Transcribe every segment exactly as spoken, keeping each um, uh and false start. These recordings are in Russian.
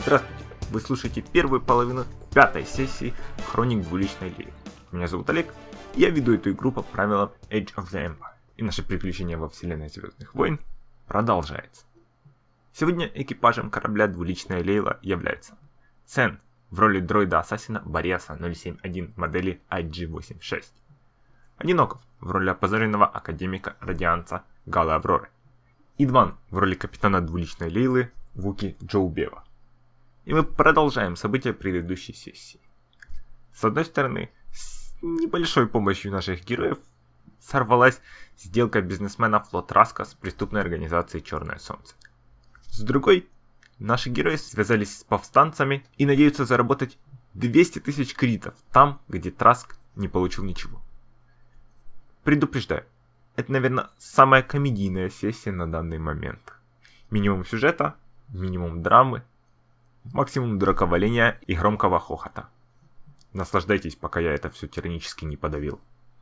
Здравствуйте! Вы слушаете первую половину пятой сессии Хроник Двуличной Лиги. Меня зовут Олег, и я веду эту игру по правилам Age of the Empire, и наше приключение во вселенной Звездных войн продолжается. Сегодня экипажем корабля Двуличная Лейла является Цен в роли дроида-ассасина Бориаса ноль семь один модели ай джи восемьдесят шесть, Одиноков в роли опозоренного академика радианца Галы Авроры, Идван в роли капитана Двуличной Лейлы Вуки Джоубева. И мы продолжаем события предыдущей сессии. С одной стороны, с небольшой помощью наших героев сорвалась сделка бизнесмена Флот Раска с преступной организацией Черное Солнце. С другой, наши герои связались с повстанцами и надеются заработать двести тысяч кредитов там, где Траск не получил ничего. Предупреждаю, это, наверное, самая комедийная сессия на данный момент. Минимум сюжета, минимум драмы, максимум дураковаления и громкого хохота. Наслаждайтесь, пока я это все тиранически не подавил.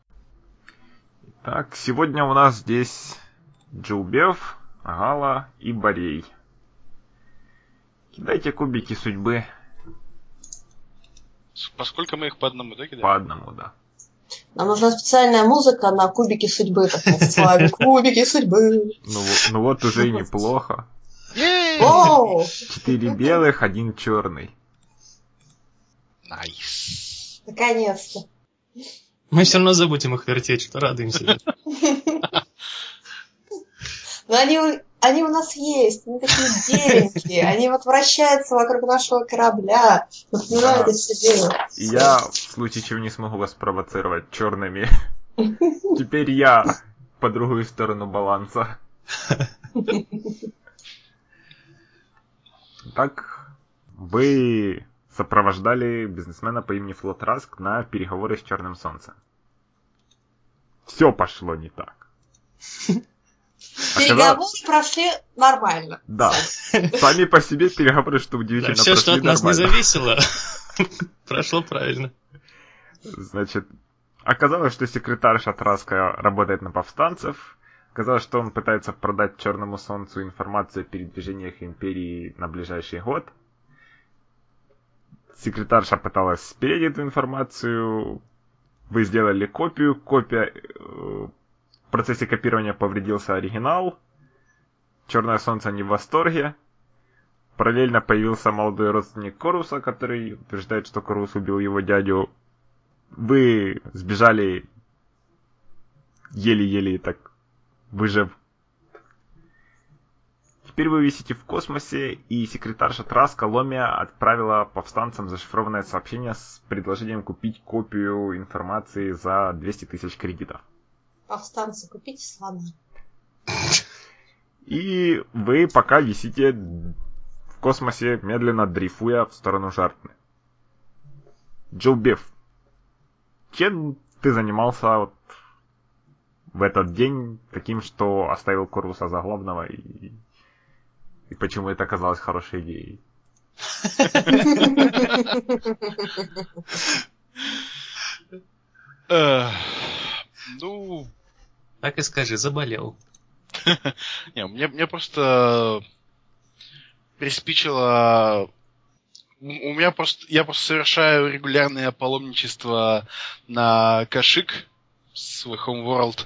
Итак, сегодня у нас здесь Джоубев, Гала и Борей. Кидайте кубики судьбы. Поскольку мы их по одному, да, кидаем? По одному, да. Нам нужна специальная музыка на кубики судьбы, такая с вами. Кубики судьбы. Ну, ну вот уже и неплохо. Оу! Четыре белых, один черный. Найс. Наконец-то. Мы все равно забудем их вертеть, что радуемся. Но они, они у нас есть, они такие беленькие, они вот вращаются вокруг нашего корабля, напоминают о себе. Я в случае чего не смогу вас провоцировать черными. Теперь я по другую сторону баланса. Так, вы сопровождали бизнесмена по имени Флот Раск на переговоры с Черным Солнцем. Все пошло не так. Переговоры Оказалось... прошли нормально. Да, сами по себе переговоры, что удивительно, да, все, прошли что от нас нормально. Не зависело, прошло правильно. Значит, оказалось, что секретарша Траска работает на повстанцев. Оказалось, что он пытается продать Черному Солнцу информацию о передвижениях Империи на ближайший год. Секретарша пыталась спереть эту информацию. Вы сделали копию. Копия... В процессе копирования повредился оригинал. Черное Солнце не в восторге. Параллельно появился молодой родственник Коруса, который утверждает, что Корус убил его дядю. Вы сбежали еле-еле так выжив. Теперь вы висите в космосе, и секретарша Траска Ломия отправила повстанцам зашифрованное сообщение с предложением купить копию информации за двести тысяч кредитов. Повстанцы, купите слона. И вы пока висите в космосе, медленно дрейфуя в сторону Жартны. Джоубев, чем ты занимался вот в этот день таким, что оставил Корвуса за главного, и, и почему это оказалось хорошей идеей? Ну... Так и скажи, заболел. Не, мне, мне просто приспичило... У меня просто... Я просто совершаю регулярное паломничество на Кашик с Homeworld.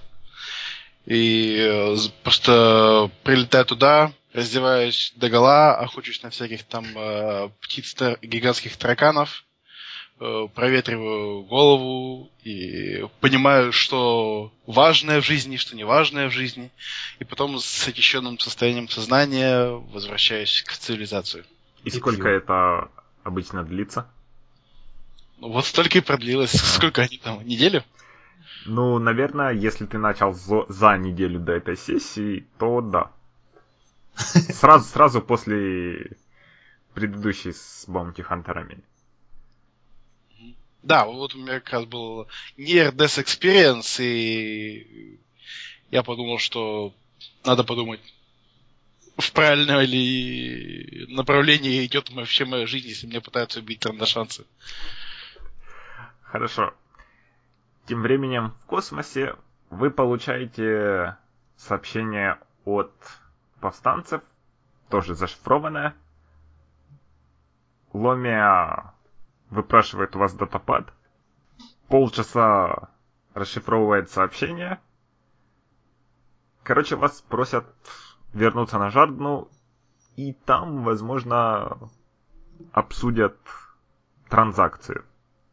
И просто прилетаю туда, раздеваюсь догола, охочусь на всяких там э, птиц, гигантских тараканов, э, проветриваю голову и понимаю, что важное в жизни, что неважное в жизни. И потом с очищенным состоянием сознания возвращаюсь к цивилизации. И сколько это обычно длится? Ну, вот столько и продлилось. А. Сколько они там? Неделю? Ну, наверное, если ты начал за, за неделю до этой сессии, то да. Сразу, сразу после предыдущей с баунти-хантерами. Да, вот у меня как раз был Near Death Experience, и я подумал, что надо подумать, в правильном ли направлении идет вообще моя жизнь, если меня пытаются убить трандашанцы. Хорошо. Тем временем в космосе вы получаете сообщение от повстанцев, тоже зашифрованное. Ломия выпрашивает у вас датапад, полчаса расшифровывает сообщение. Короче, вас просят вернуться на Жардну, и там, возможно, обсудят транзакцию.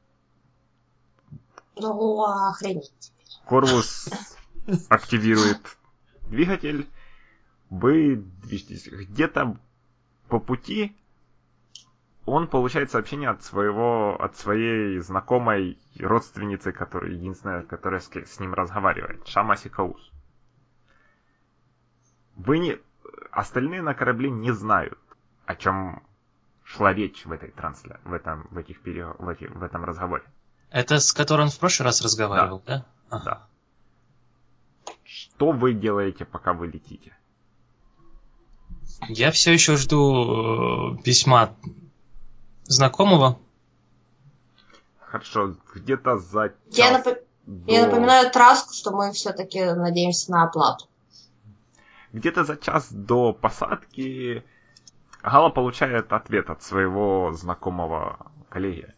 Ну, охренеть. Корвус активирует двигатель, вы движетесь где-то по пути. Он получает сообщение от своего, от своей знакомой родственницы, которая единственная, которая с, с ним разговаривает, Шамаси Каус. Вы не, остальные на корабле не знают, о чем шла речь в этой трансля, в этом, в этих перег... в, этих, в этом разговоре. Это с которым он в прошлый раз разговаривал, да? Да. Ага. Да. Что вы делаете, пока вы летите? Я все еще жду э, письма знакомого. Хорошо, где-то за час Я, нап... до... Я напоминаю Траску, что мы все-таки надеемся на оплату. Где-то за час до посадки Гала получает ответ от своего знакомого коллеги.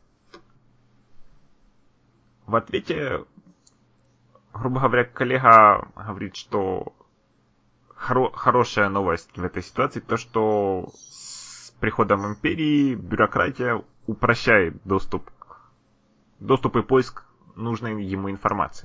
В ответе, грубо говоря, коллега говорит, что хоро- хорошая новость в этой ситуации, то, что с приходом империи бюрократия упрощает доступ, доступ и поиск нужной ему информации.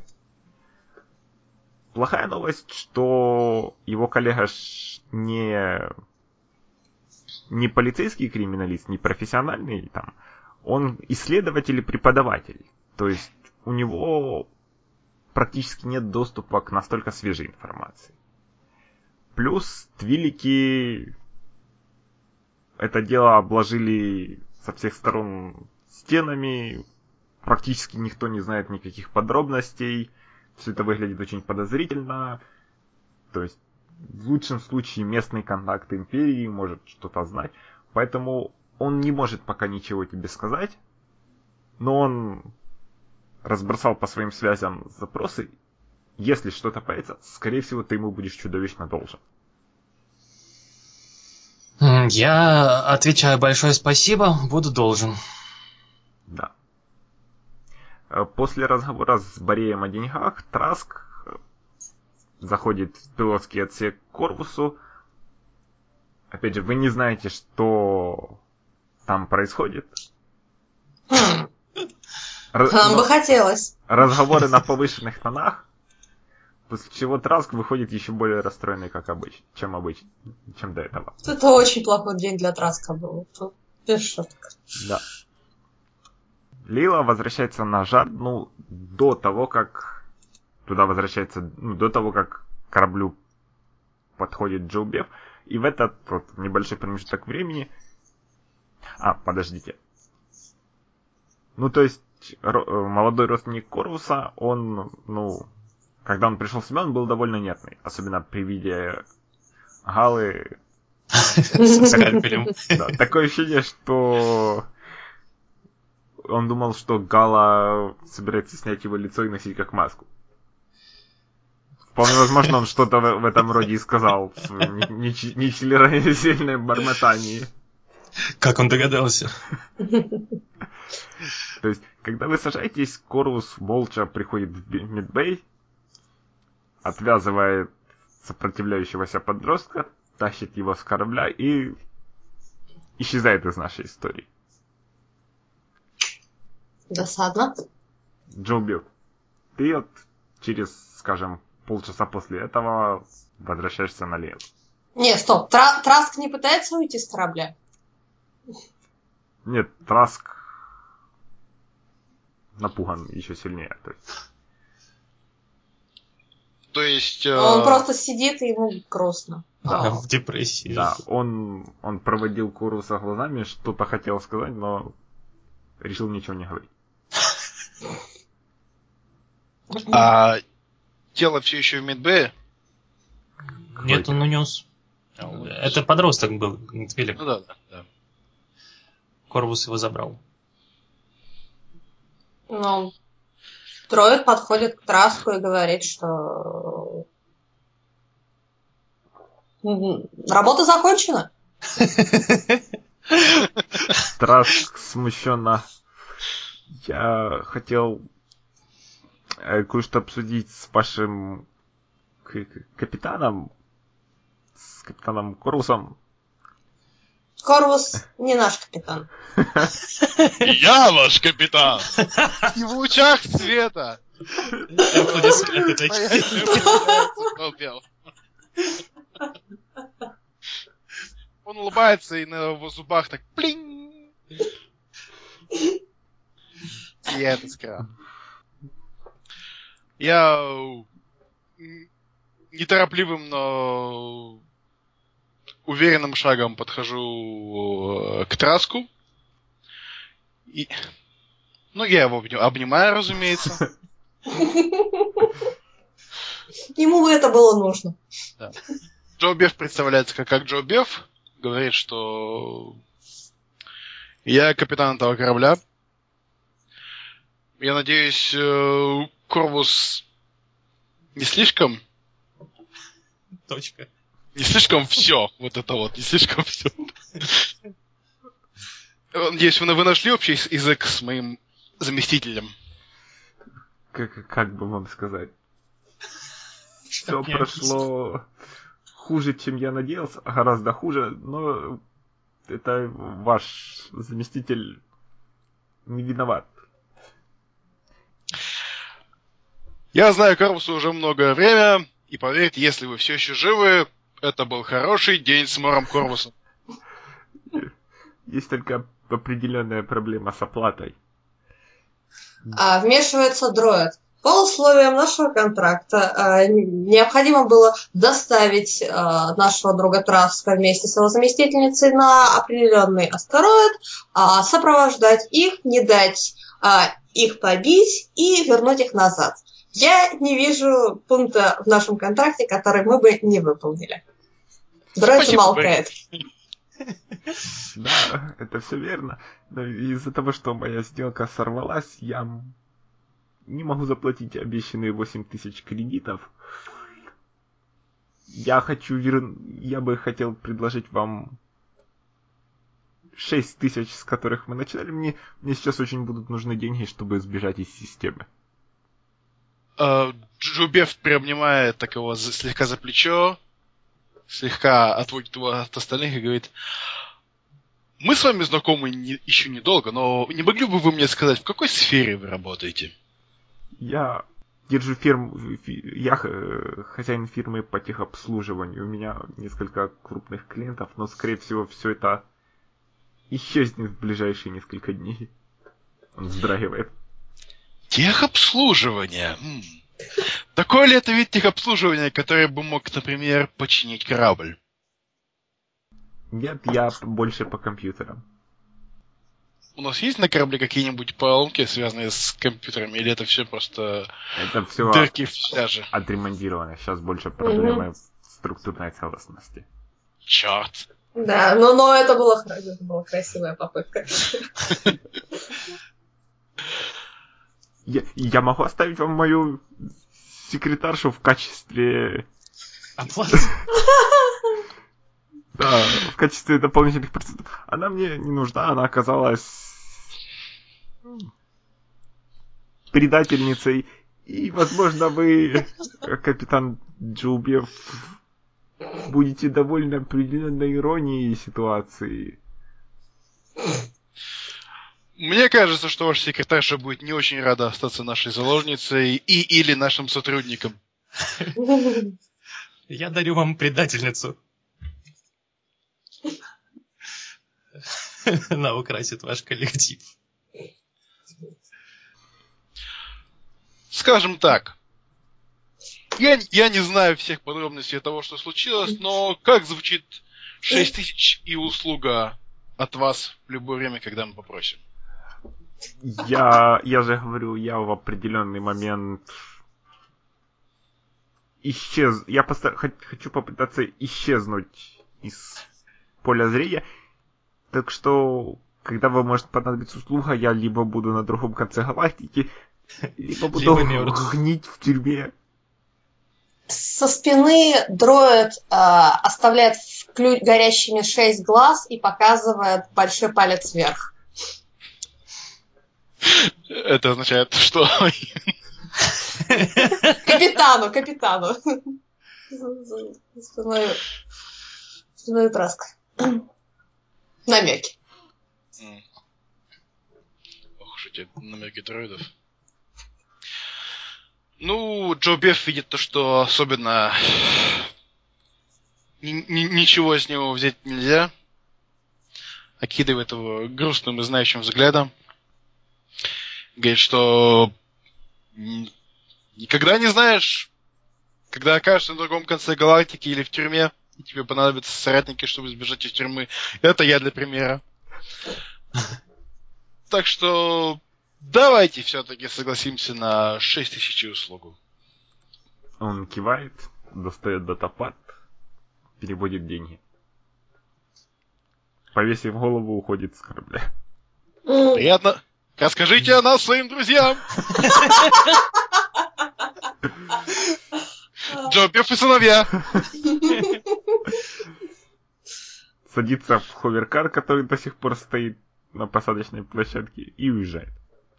Плохая новость, что его коллега не, не полицейский криминалист, не профессиональный там, он исследователь и преподаватель. То есть у него практически нет доступа к настолько свежей информации. Плюс твилики это дело обложили со всех сторон стенами, практически никто не знает никаких подробностей. Все это выглядит очень подозрительно. То есть, в лучшем случае, местный контакт империи может что-то знать. Поэтому он не может пока ничего тебе сказать. Но он разбросал по своим связям запросы. Если что-то появится, скорее всего, ты ему будешь чудовищно должен. Я отвечаю большое спасибо, буду должен. Да. После разговора с Бореем о деньгах, Траск заходит в пилотский отсек к Корвусу. Опять же, вы не знаете, что там происходит. Раз... Нам бы хотелось. Разговоры на повышенных тонах, после чего Траск выходит еще более расстроенный, как обычно, чем обычно, чем до этого. Это очень плохой день для Траска был. Тут без шуток. Да. Лила возвращается на Жардну до того, как туда возвращается, ну, до того, как к кораблю подходит Джоубев. И в этот вот небольшой промежуток времени... А, подождите. Ну, то есть, ро- молодой родственник Корвуса, он, ну, когда он пришел в себя, он был довольно нервный. Особенно при виде Галы. С скальпелем. Да, такое ощущение, что... Он думал, что Гала собирается снять его лицо и носить как маску. Вполне возможно, он что-то в, в этом роде и сказал в нечленораздельном бормотании. Как он догадался? То есть, когда вы сажаетесь, Корвус молча приходит в Мидбей, отвязывает сопротивляющегося подростка, тащит его с корабля и исчезает из нашей истории. Досадно. Джоубев, ты вот через, скажем, полчаса после этого возвращаешься на Лео. Не, стоп. Тра- Траск не пытается уйти с корабля? Нет, Траск напуган еще сильнее. То есть, То есть... Э... Он просто сидит, и ему грустно. Да, в депрессии. да, он, он проводил Корвуса глазами, что-то хотел сказать, но решил ничего не говорить. А тело все еще в Мидбее? Нет, он унес. Это подросток был, Твилик. Ну да, да, да. Корвус его забрал. Ну, Троид подходит к Траску и говорит, что работа закончена. Траск смущенно. Я хотел э, кое-что обсудить с вашим к- к- капитаном, с капитаном Корвусом. Корвус не наш капитан. Я ваш капитан! И в лучах света! Аплодисменты такие. Толпел. Он улыбается, и на его зубах так плинь. И я это сказал. Я м, неторопливым, но уверенным шагом подхожу э, к Траску. И... Ну, я его обни- обнимаю, разумеется. Ему бы это было нужно. Да. Джо Беф представляется как, как Джо Беф. Говорит, что я капитан этого корабля. Я надеюсь, э, Корвус не слишком... Точка. Не слишком все. Вот это вот, не слишком все. Надеюсь, вы, вы нашли общий язык с моим заместителем. Как, как бы вам сказать? Все Так не прошло хуже, чем я надеялся, гораздо хуже, но это ваш заместитель не виноват. Я знаю Корвуса уже многое время, и поверьте, если вы все еще живы, это был хороший день с Мором Корвусом. Есть только определенная проблема с оплатой. А, вмешивается дроид. По условиям нашего контракта а, необходимо было доставить а, нашего друга Траска вместе с его заместительницей на определенный астероид, а, сопровождать их, не дать а, их побить и вернуть их назад. Я не вижу пункта в нашем контракте, который мы бы не выполнили. Дроид Спасибо, замолкает. Да, это все верно. Но из-за того, что моя сделка сорвалась, я не могу заплатить обещанные восемь тысяч кредитов. Я хочу вер... Я бы хотел предложить вам шесть тысяч, с которых мы начинали. Мне, мне сейчас очень будут нужны деньги, чтобы сбежать из системы. Джубев приобнимает так его за- слегка за плечо, слегка отводит его от остальных и говорит: мы с вами знакомы не- еще недолго, но не могли бы вы мне сказать, в какой сфере вы работаете? Я держу фирму, фи- я э, хозяин фирмы по техобслуживанию. У меня несколько крупных клиентов, но, скорее всего, все это исчезнет в ближайшие несколько дней. Он вздрагивает. Техобслуживание. М. Такой ли это вид техобслуживания, который бы мог, например, починить корабль? Нет, я больше по компьютерам. У нас есть на корабле какие-нибудь поломки, связанные с компьютерами, или это все просто Это все дырки в фюзеляже? отремонтировано. Сейчас больше проблемы в структурной целостности. Черт. Да, но, но это, было, хра- это была красивая попытка. Я, я могу оставить вам мою секретаршу в качестве... Оплата. Да, в качестве дополнительных процентов. Она мне не нужна, она оказалась предательницей. И, возможно, вы, как капитан Джубев, будете довольны определенной иронией ситуации. Мне кажется, что ваша секретарша будет не очень рада остаться нашей заложницей и или нашим сотрудником. Я дарю вам предательницу. Она украсит ваш коллектив. Скажем так, я, я не знаю всех подробностей того, что случилось, но как звучит шесть тысяч и услуга от вас в любое время, когда мы попросим? Я, я же говорю, я в определенный момент исчез. Я постар... хочу попытаться исчезнуть из поля зрения. Так что, когда вам может понадобиться услуга, я либо буду на другом конце галактики, либо буду Либо мертв. гнить в тюрьме. Со спины дроид э, оставляет вклю... горящими шесть глаз и показывает большой палец вверх. Это означает, что... Капитану, капитану. Спиной... Спиной праска. Намеки. Ох уж эти намеки дроидов. Ну, Джо Бефф видит то, что особенно ни- ни- ничего из него взять нельзя. Окидывает его грустным и знающим взглядом. Говорит, что м, никогда не знаешь, когда окажешься на другом конце галактики или в тюрьме, и тебе понадобятся соратники, чтобы сбежать из тюрьмы. Это я для примера. Так что давайте все-таки согласимся на шесть тысяч услугу. Он кивает, достает датапад, переводит деньги. Повесив голову, уходит с корабля. Приятно. Расскажите о нас своим друзьям. Джо Бефф и сыновья. Садится в ховеркар, который до сих пор стоит на посадочной площадке, и уезжает.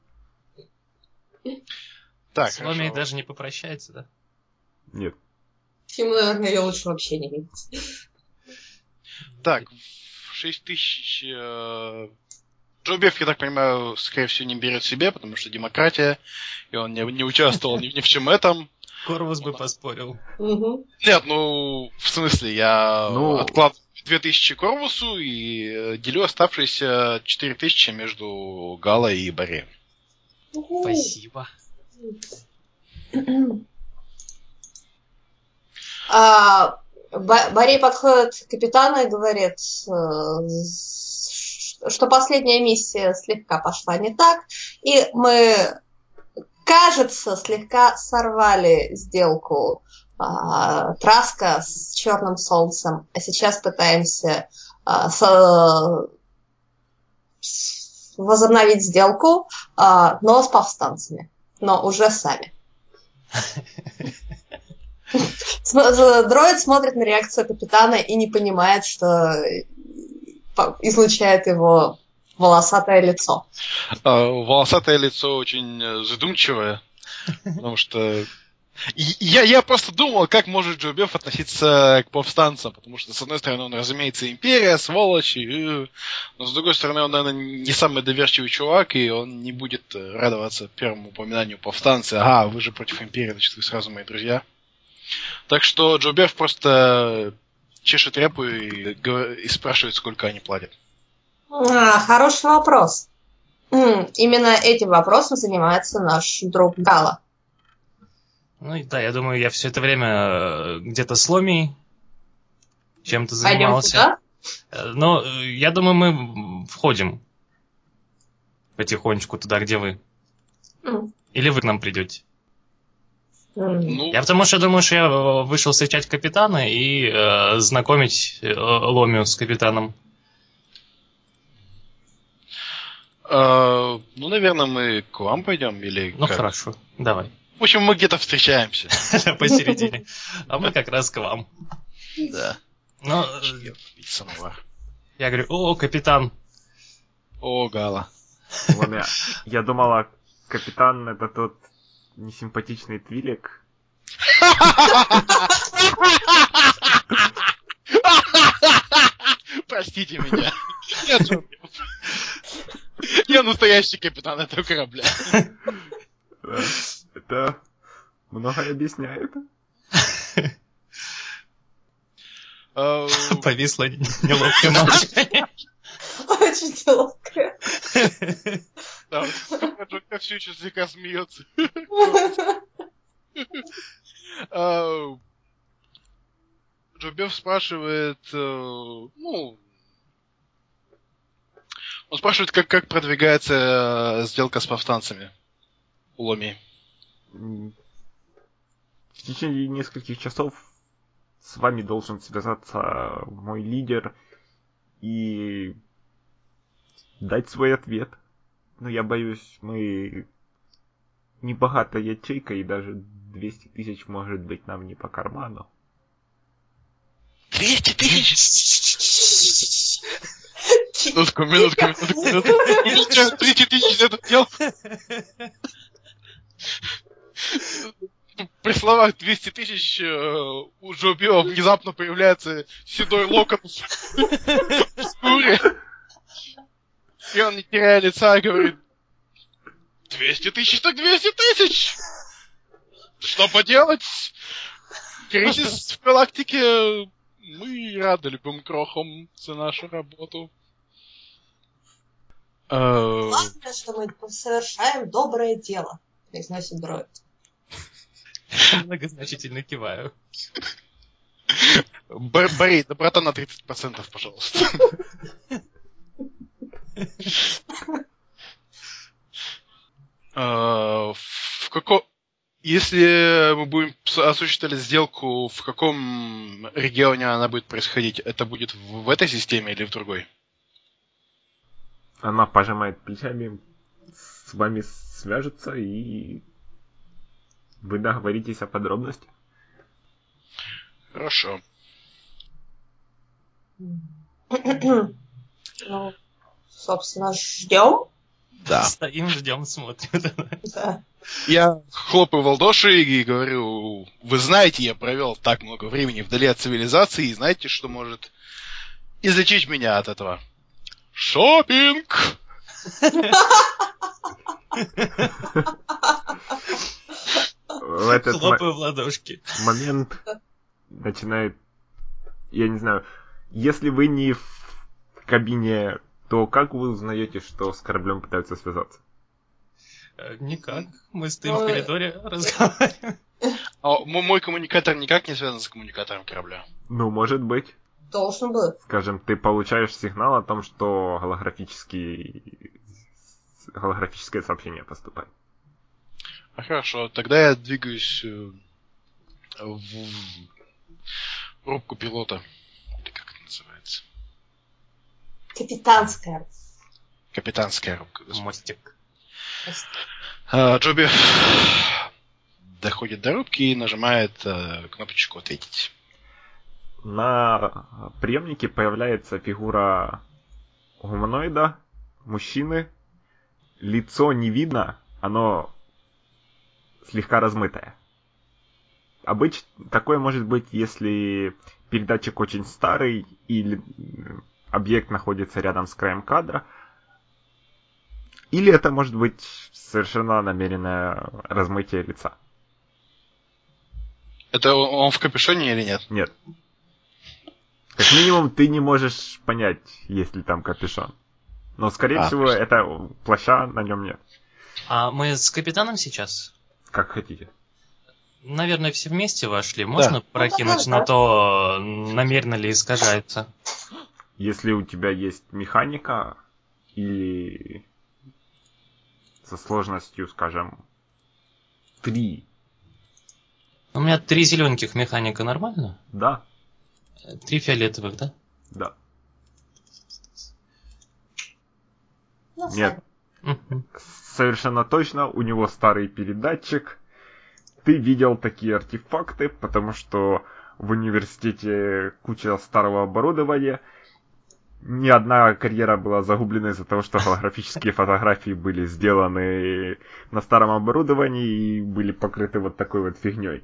Так, С вами хорошо. даже не попрощается, да? Нет. Ему, наверное, ее лучше вообще не видеть. Так, шесть тысяч... э, Джо Бефф, я так понимаю, скорее всего, не берет себе, потому что демократия, и он не, не участвовал ни, ни в чем этом. Корвус бы поспорил. Угу. Нет, ну, в смысле, я Ну- откладываю две тысячи Корвусу и э, делю оставшиеся четыре тысячи между Гало и Барри. Спасибо. А, Ба- Борей подходит к капитану и говорит, э, что последняя миссия слегка пошла не так, и мы, кажется, слегка сорвали сделку а, Траска с Черным Солнцем, а сейчас пытаемся а, со- с- возобновить сделку, а, но с повстанцами, но уже сами. См- Дроид смотрит на реакцию капитана и не понимает, что по- излучает его волосатое лицо. А, волосатое лицо очень э, задумчивое, потому что... И- Я, я просто думал, как может Джо Бефф относиться к повстанцам, потому что, с одной стороны, он, разумеется, империя, сволочь, и, э, но, с другой стороны, он, наверное, не самый доверчивый чувак, и он не будет э, радоваться первому упоминанию повстанцы. Ага, вы же против империи, значит, вы сразу мои друзья. Так что Джо Бефф просто чешет репу и, гов- и спрашивает, сколько они платят. А, хороший вопрос. М, Именно этим вопросом занимается наш друг Гала. Ну и да, я думаю, я все это время э, где-то с Ломией чем-то Пойдем занимался. туда? Э, Но э, я думаю, мы входим потихонечку туда, где вы. М, Или вы к нам придете. м. Ну, Я потому что думаю, что я э, вышел встречать капитана и э, знакомить э, Ломию с капитаном. э, ну, наверное, мы к вам пойдем или Ну как? хорошо, давай. В общем, мы где-то встречаемся. Посередине. А мы как раз к вам. Да. Ну, э, Самовар. я говорю, о, капитан. О, Гала. Ламя, я думала, капитан это тот несимпатичный твилик. Простите меня. Я Джо Бефф. Я настоящий капитан этого корабля. Да, это многое объясняет. Э, Повисло неловкое молчание. Очень неловко. да, Джо Бефф все еще слегка смеется. Э, Джо Бефф спрашивает, э, ну, он спрашивает, как, как продвигается э, сделка с повстанцами у Ломи. М, В течение нескольких часов с вами должен связаться мой лидер и дать свой ответ. Но я боюсь, мы небогатая ячейка, и даже двести тысяч может быть нам не по карману. двести тысяч! Минутку, минутку, минутку, минутку. двести тысяч это дело. При словах двести тысяч у Джо Био внезапно появляется седой локон в шкуре. И он, не теряя лица, говорит: двести тысяч так двести тысяч! Что поделать? Кризис в галактике. Мы рады любым крохам за нашу работу. Главное, что мы совершаем доброе дело, произносит дроид. Многозначительно киваю. Борей, доброта на тридцать процентов, пожалуйста. В каком... Если мы будем осуществлять сделку, в каком регионе она будет происходить? Это будет в этой системе или в другой? Она пожимает плечами, с вами свяжется, и вы договоритесь о подробностях. Хорошо. Ну, собственно, ждем. Да. Стоим, ждем, смотрим. Да. Я хлопаю в ладоши и говорю: вы знаете, я провел так много времени вдали от цивилизации, и знаете, что может излечить меня от этого? Шопинг! В этот Хлопаю в ладошки. момент начинает... Я не знаю, если вы не в кабине, то как вы узнаете, что с кораблем пытаются связаться? Никак. Мы стоим в коридоре, разговариваем. А мой коммуникатор никак не связан с коммуникатором корабля? Ну, может быть. Должен был. Скажем, ты получаешь сигнал о том, что голографический... голографическое сообщение поступает. А хорошо, тогда я двигаюсь в рубку пилота. Или как это называется? Капитанская. Капитанская рубка. Господи. Мостик. А, Джоби доходит до рубки и нажимает а, кнопочку «Ответить». На приемнике появляется фигура гуманоида, мужчины. Лицо не видно, оно слегка размытое. Обычно такое может быть, если передатчик очень старый или объект находится рядом с краем кадра. Или это может быть совершенно намеренное размытие лица. Это он в капюшоне или нет? Нет. Как минимум ты не можешь понять, есть ли там капюшон. Но, скорее а, всего, просто. это плаща на нем нет. А мы с капитаном сейчас? Как хотите. Наверное, все вместе вошли. Можно Да. прокинуть Ну, да, на то, намеренно ли искажается? Если у тебя есть механика или со сложностью, скажем, три. У меня три зелененьких механика нормально? Да, Три фиолетовых, да? да. Ну, Нет, Мгм. совершенно точно, у него старый передатчик. Ты видел такие артефакты, потому что в университете куча старого оборудования. Ни одна карьера была загублена из-за того, что голографические фотографии были сделаны на старом оборудовании и были покрыты вот такой вот фигней.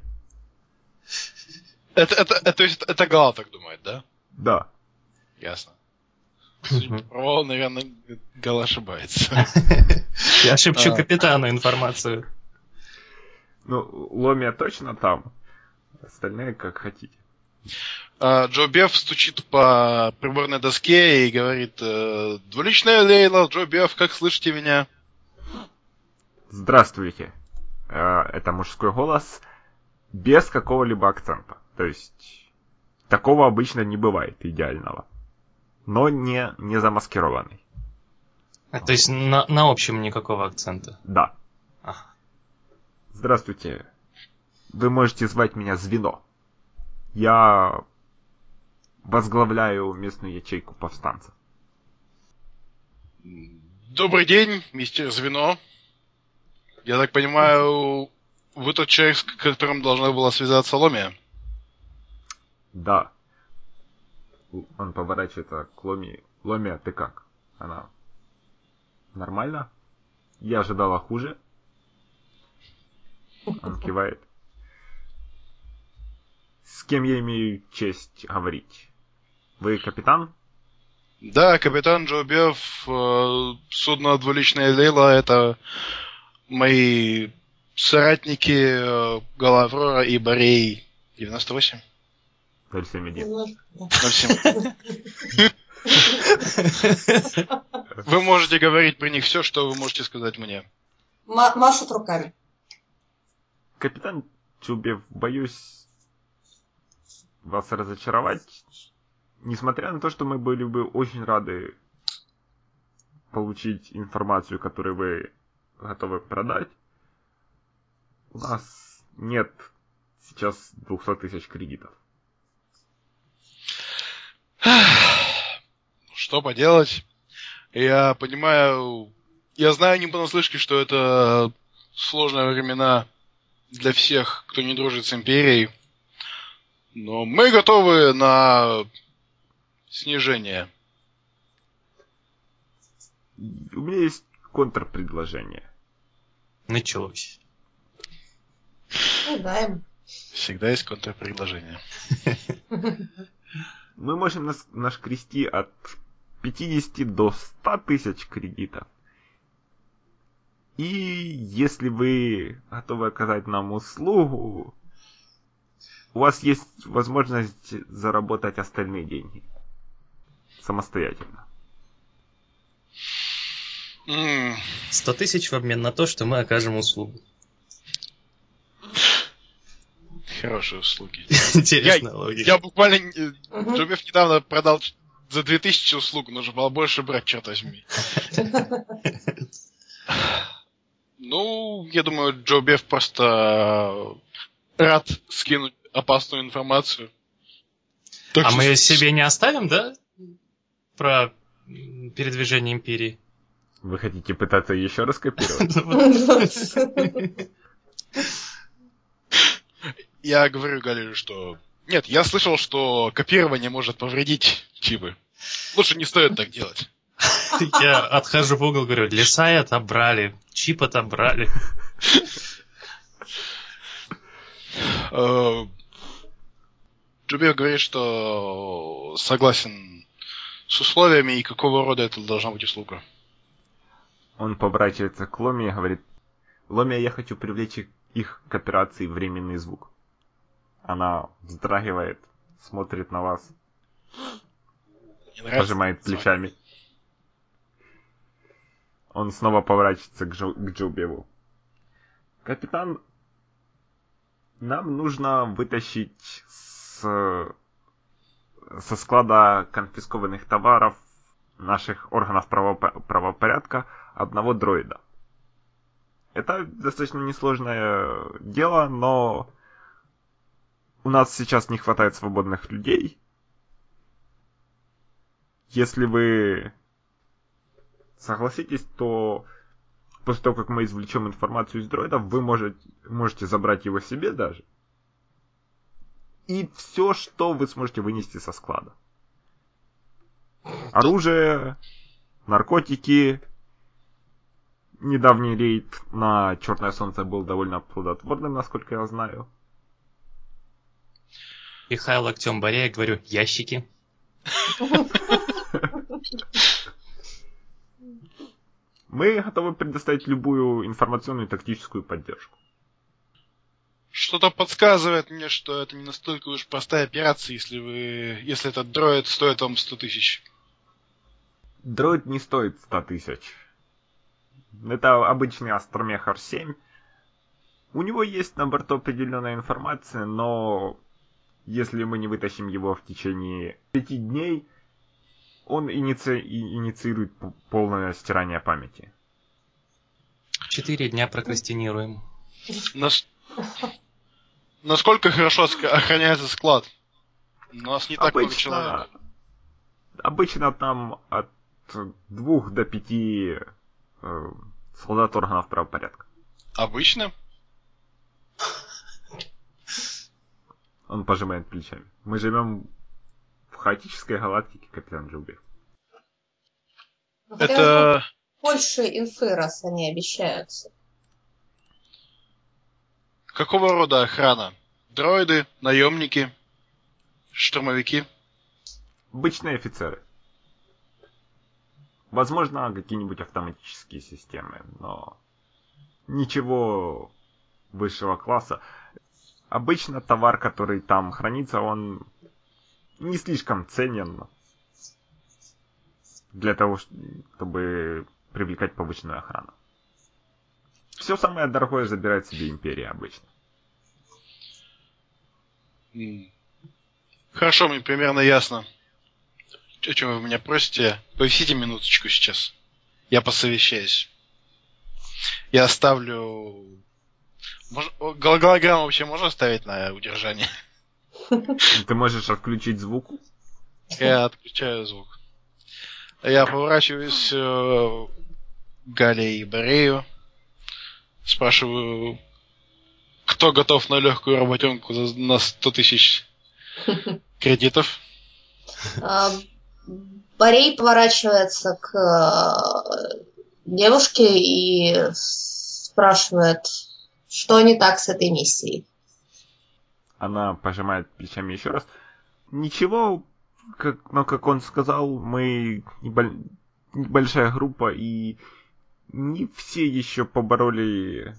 Это, это, это, то есть это Гала так думает, да? Да. Ясно. Мгм. О, наверное, Гала ошибается. Я шепчу А. капитану информацию. Ну, Ломия точно там. Остальные как хотите. А, Джо Беф стучит по приборной доске и говорит: э, двуличная Лейла, Джо Беф, как слышите меня? Здравствуйте. Э, Это мужской голос без какого-либо акцента. То есть такого обычно не бывает идеального. Но не, не замаскированный. А, То есть на, на общем никакого акцента. Да. Ага. Здравствуйте. Вы можете звать меня Звено. Я возглавляю местную ячейку повстанцев. Добрый день, мистер Звено. Я так понимаю, вы тот человек, с которым должна была связаться Ломия? Да. Он поворачивается к Ломе. Ломия, ты как? Она нормально? Я ожидала хуже. Он кивает. С кем я имею честь говорить? Вы капитан? Да, капитан Джоубев, э, судно «Двуличная Лейла» — это мои соратники э, Галаврора и Борей девяносто восемь. ноль семь один. ноль семь. Вы можете говорить про них все, что вы можете сказать мне. М- машут руками. Капитан Джоубев, боюсь вас разочаровать. Несмотря на то, что мы были бы очень рады получить информацию, которую вы готовы продать, у нас нет сейчас двухсот тысяч кредитов. Что поделать? Я понимаю... Я знаю не понаслышке, что это сложные времена для всех, кто не дружит с Империей. Но мы готовы на снижение. У меня есть контрпредложение. Началось. Ну, дай. Всегда есть контрпредложение. Мы можем нас, нашкрести от пятидесяти до ста тысяч кредитов. И если вы готовы оказать нам услугу, у вас есть возможность заработать остальные деньги самостоятельно. Сто тысяч в обмен на то, что мы окажем услугу. Хорошие услуги. Интересная я, логика. Я буквально... Uh-huh. Джоубев недавно продал за две тысячи услуг, нужно было больше брать, черт возьми. Ну, я думаю, Джоубев просто рад скинуть опасную информацию. Так а что... мы ее себе не оставим, да? Про передвижение Империи. Вы хотите пытаться еще раз копировать? Я говорю Галилю, что... Нет, я слышал, что копирование может повредить чипы. Лучше не стоит так делать. Я отхожу в угол, говорю, леса отобрали, чип отобрали. Джоубев говорит, что согласен с условиями, и какого рода это должна быть услуга. Он поворачивается к Ломе и говорит: Ломия, я хочу привлечь их к операции «Временный звук». Она вздрагивает, смотрит на вас, пожимает плечами. Он снова поворачивается к, Джо, к Джоубеву. Капитан, нам нужно вытащить с, со склада конфискованных товаров наших органов правопо- правопорядка одного дроида. Это достаточно несложное дело, но у нас сейчас не хватает свободных людей. Если вы согласитесь, то после того, как мы извлечем информацию из дроидов, вы можете, можете забрать его себе даже. И все, что вы сможете вынести со склада. Оружие, наркотики. Недавний рейд на Черное Солнце был довольно плодотворным, насколько я знаю. Пихаю локтем Борея, говорю, ящики. Мы готовы предоставить любую информационную и тактическую поддержку. Что-то подсказывает мне, что это не настолько уж простая операция, если вы, если этот дроид стоит вам сто тысяч. Дроид не стоит сто тысяч. Это обычный Астромех ар семь. У него есть на борту определенная информация, но если мы не вытащим его в течение пяти дней, он иници... инициирует полное стирание памяти. Четыре дня прокрастинируем. Нас... Насколько хорошо охраняется склад? У нас не так обычно... много человек. Обычно там от двух до пяти э, солдат органов правопорядка. Обычно. Он пожимает плечами. Мы живем в хаотической галактике, капитан Джилберт. Это... Больше инфы, раз они обещаются. Какого рода охрана? Дроиды, наемники, штурмовики? Обычные офицеры. Возможно, какие-нибудь автоматические системы, но ничего высшего класса. Обычно товар, который там хранится, он не слишком ценен для того, чтобы привлекать повышенную охрану. Все самое дорогое забирает себе империя обычно. Хорошо, мне примерно ясно. О чем вы меня просите? Повисите минуточку сейчас. Я посовещаюсь. Я оставлю... Мож... Голограмму вообще можно ставить на удержание? Ты можешь отключить звук? Я отключаю звук. Я поворачиваюсь к Гале и Борею. Спрашиваю, кто готов на легкую работенку на сто тысяч кредитов? Борей поворачивается к девушке и спрашивает, что не так с этой миссией. Она пожимает плечами еще раз. Ничего, как, но как он сказал, мы неболь... небольшая группа, и не все еще побороли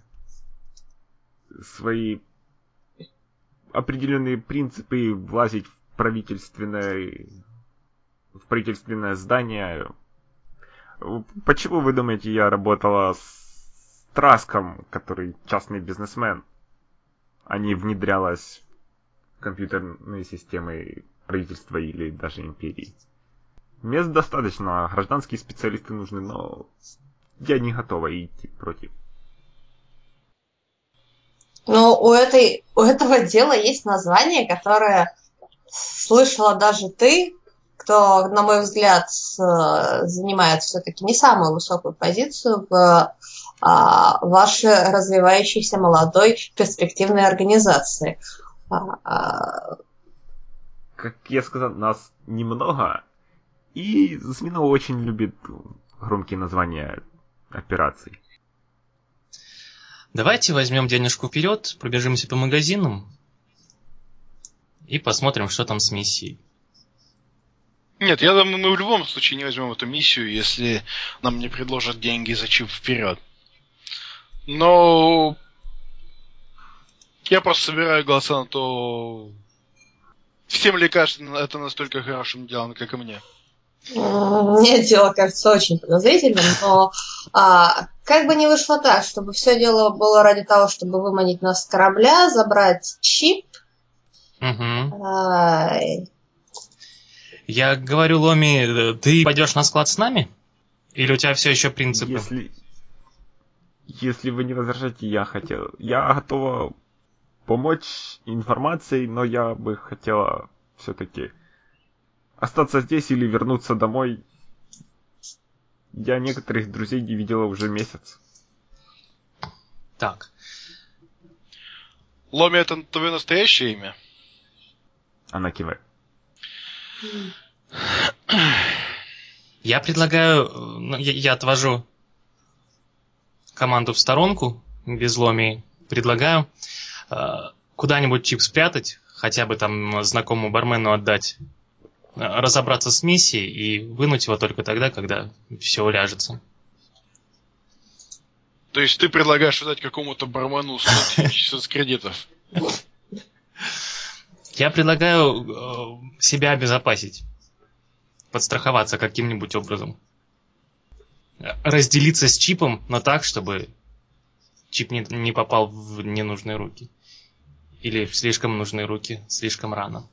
свои определенные принципы влазить в правительственное, в правительственное здание. Почему вы думаете, я работала с Траском, который частный бизнесмен, а не внедрялась в компьютерные системы правительства или даже империи? Мест достаточно, гражданские специалисты нужны, но я не готова идти против. Но у, этой, у этого дела есть название, которое слышала даже ты, кто, на мой взгляд, занимает все-таки не самую высокую позицию в а, вашей развивающейся молодой перспективной организации. А, как я сказал, нас немного, и Зминова очень любит громкие названия операций. Давайте возьмем денежку вперед, пробежимся по магазинам и посмотрим, что там с миссией. Нет, я думаю, мы в любом случае не возьмем эту миссию, если нам не предложат деньги за чип вперед. Но я просто собираю голоса на то, всем ли кажется это настолько хорошим делом, как и мне. Мне дело кажется очень подозрительным, но а, как бы ни вышло так, чтобы все дело было ради того, чтобы выманить нас с корабля, забрать чип. Угу. А... Я говорю, Ломи, ты пойдешь на склад с нами? Или у тебя все еще принципы? Если, если вы не возражаете, я хотел... Я готова помочь информацией, но я бы хотела все-таки остаться здесь или вернуться домой. Я некоторых друзей не видела уже месяц. Так. Ломи, это твое настоящее имя? Она кивает. Я предлагаю... Я, я отвожу команду в сторонку, без Ломи. Предлагаю э, куда-нибудь чип спрятать, хотя бы там знакомому бармену отдать, разобраться с миссией и вынуть его только тогда, когда все уляжется. То есть ты предлагаешь отдать какому-то бармену сто тысяч кредитов? Я предлагаю э, себя обезопасить. Подстраховаться каким-нибудь образом. Разделиться с чипом, но так, чтобы чип не, не попал в ненужные руки. Или в слишком нужные руки слишком рано.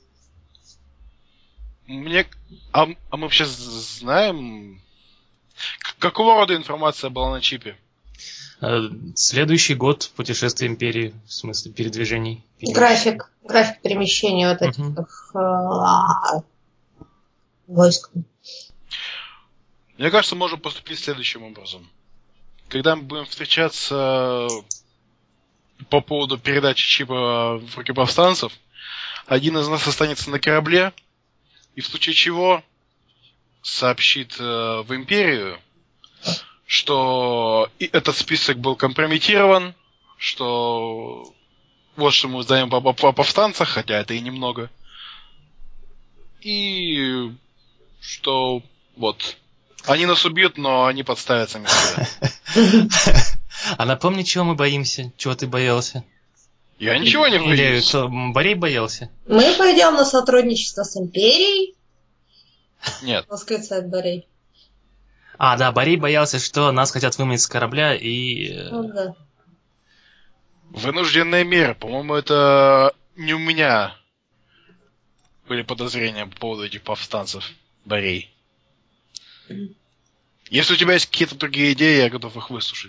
Мне... А, а мы вообще знаем, какого рода информация была на чипе? Следующий год путешествия империи, в смысле передвижений. График, график перемещения вот этих uh-huh. войск. Мне кажется, можем поступить следующим образом. когда мы будем встречаться по поводу передачи чипа в руки повстанцев, один из нас останется на корабле, и в случае чего сообщит э, в Империю, что и этот список был компрометирован, что вот что мы узнаем о, о повстанцах, хотя это и немного, и что вот они нас убьют, но они подставят сами себя. А напомни, чего мы боимся? Чего ты боялся? Я ничего не боюсь. Или что, Борей боялся? Мы пойдем на сотрудничество с Империей. Нет. Восклицает Борей. А, да, Борей боялся, что нас хотят выманить с корабля и... Ну да. Вынужденная мера. По-моему, это не у меня были подозрения по поводу этих повстанцев, Борей. Если у тебя есть какие-то другие идеи, я готов их выслушать.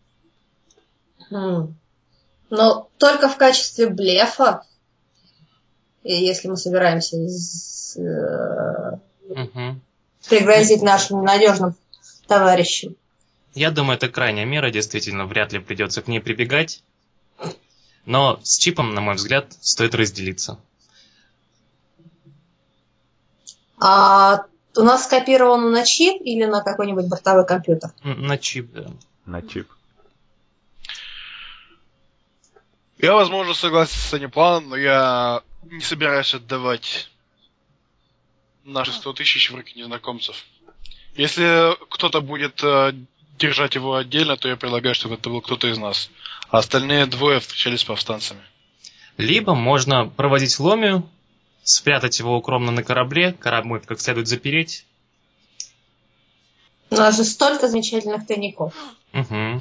Хм. Но только в качестве блефа, и если мы собираемся с, э, Угу. пригрозить нашим ненадежным товарищам. Я думаю, это крайняя мера, действительно, вряд ли придется к ней прибегать. Но с чипом, на мой взгляд, стоит разделиться. А у нас скопировано на чип или на какой-нибудь бортовой компьютер? М, На чип, да. На чип. Я, возможно, согласен с этим планом, но я не собираюсь отдавать наши сто тысяч в руки незнакомцев. Если кто-то будет э, держать его отдельно, то я предлагаю, чтобы это был кто-то из нас. А остальные двое встречались с повстанцами. Либо можно проводить ломию, спрятать его укромно на корабле, корабль как следует запереть. У нас же столько замечательных тайников. Угу.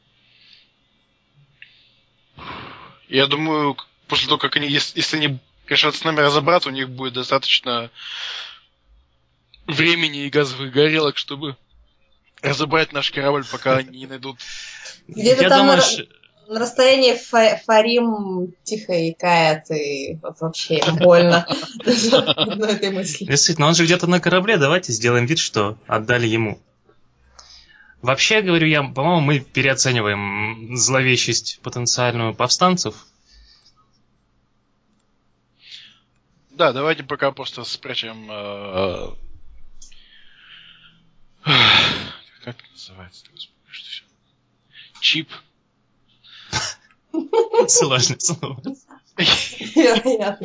Я думаю, после того, как они, если, если они решат с нами разобраться, у них будет достаточно времени и газовых горелок, чтобы разобрать наш корабль, пока они не найдут. Где-то Я там думаю, на, ш- на расстоянии Фа- Фарим тихо икает, и вообще ему больно на этой мысли. Действительно, он же где-то на корабле, давайте сделаем вид, что отдали ему. Вообще, говорю я, по-моему, мы переоцениваем зловещесть потенциальную повстанцев. Да, давайте пока просто спрячем... э, Как это называется? Что всё? Чип. Сложное слово. Вероятно.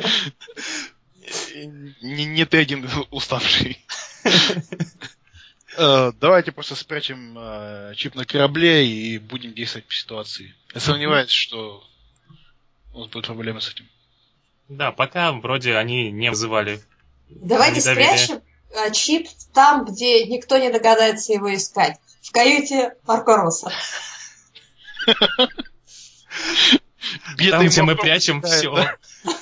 Не, не ты один уставший. Э, Давайте просто спрячем э, чип на корабле и будем действовать по ситуации. Я сомневаюсь, что у нас будут проблемы с этим. Да, пока вроде они не вызывали. Давайте недоверия. спрячем а, чип там, где никто не догадается его искать. В каюте Марко Росса. Там, где мы прячем все.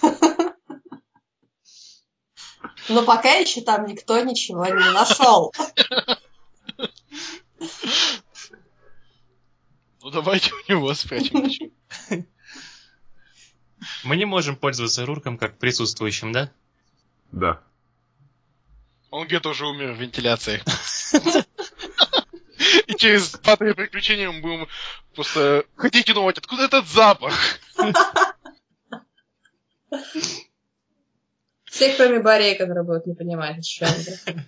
Но пока еще там никто ничего не нашел. Ну давайте у него спрячем чип. Мы не можем пользоваться Рурком как присутствующим, да? Да. Он где-то уже умер в вентиляции. И через два-три приключения мы будем просто... Хотите думать, откуда этот запах? Все, кроме Борей, которые будут не понимать, о чем это.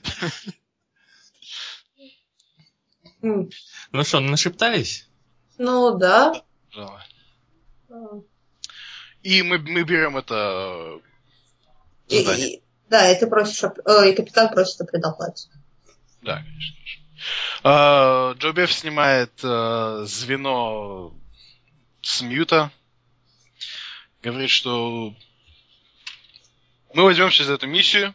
М, Ну что, нашептались? Ну да. Пожалуй. А. И мы, мы берем это И- задание. и- да, и ты просишь, о- э, и капитан просит о предоплате. Да, конечно. конечно. А, Джо Беф снимает э, звено с мьюта. Говорит, что мы возьмемся за эту миссию,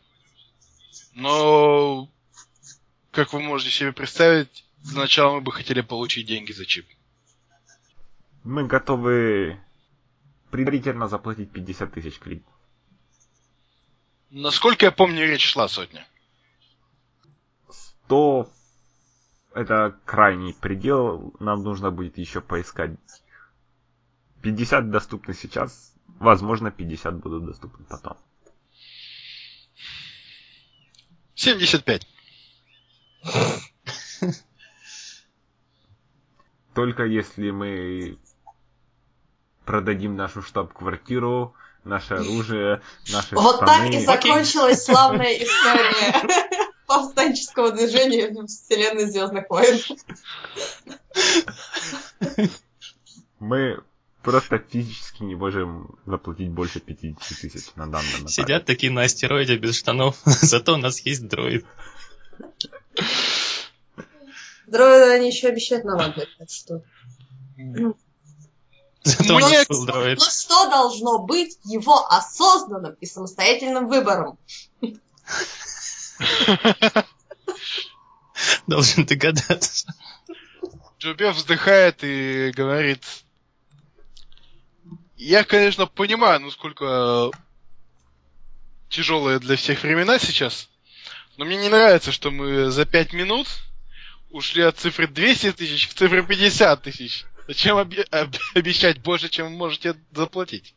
но, как вы можете себе представить, для начала мы бы хотели получить деньги за чип. Мы готовы предварительно заплатить пятьдесят тысяч кредитов. Насколько я помню, речь шла о сотне. сто это крайний предел, нам нужно будет еще поискать. пятьдесят доступны сейчас, возможно, пятьдесят будут доступны потом. семьдесят пять. только если мы продадим нашу штаб-квартиру, наше оружие, наши Вот штаны. так и закончилась славная история повстанческого движения в вселенной Звездных войн. Мы просто физически не можем заплатить больше пятьдесят тысяч на данный момент. Сидят такие на астероиде без штанов, зато у нас есть дроид. Дроиды они еще обещают нам отдать, так что... Зато у нас был дроид. Но что должно быть его осознанным и самостоятельным выбором? Должен догадаться. Джобе вздыхает и говорит: я, конечно, понимаю, насколько тяжелые для всех времена сейчас, но мне не нравится, что мы за пять минут ушли от цифры двести тысяч к цифре пятьдесят тысяч. Зачем оби- об- обещать больше, чем вы можете заплатить?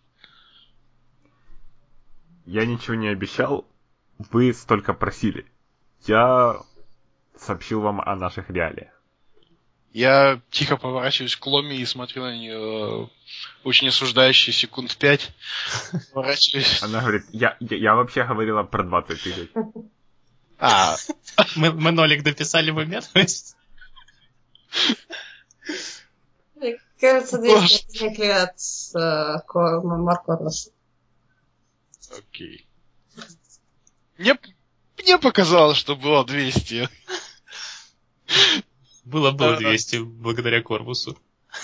Я ничего не обещал, вы столько просили. Я сообщил вам о наших реалиях. Я тихо поворачиваюсь к Ломе и смотрю на нее очень осуждающие секунд пять. Поворачиваюсь. Она говорит, я, я, я вообще говорила про двадцать тысяч. А, Мы, мы нолик дописали в уме, то есть... Мне кажется, двести возникли от э, Ко- Маркорнуса. окей. Мне, мне показалось, что было двести. Было было двести благодаря корпусу.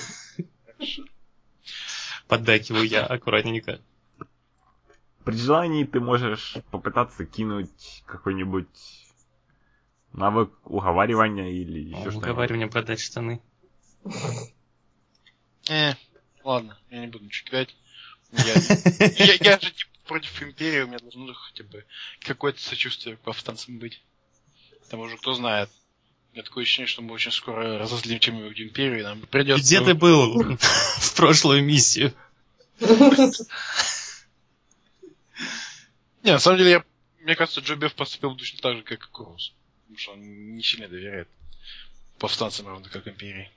Поддакиваю я аккуратненько. При желании ты можешь попытаться кинуть какой-нибудь навык уговаривания или еще что-нибудь. Уговаривание продать штаны. Э, ладно, я не буду ничего кидать. Я, я, я же типа против Империи, у меня должно хотя бы какое-то сочувствие к повстанцам быть. К тому же, кто знает. У меня такое ощущение, что мы очень скоро разозлим чем-нибудь Империю, и нам придется... Где ты был в прошлую миссию? Не, на самом деле, я, мне кажется, Джобев поступил точно так же, как и Курус. Потому что он не сильно доверяет повстанцам, равно как Империи.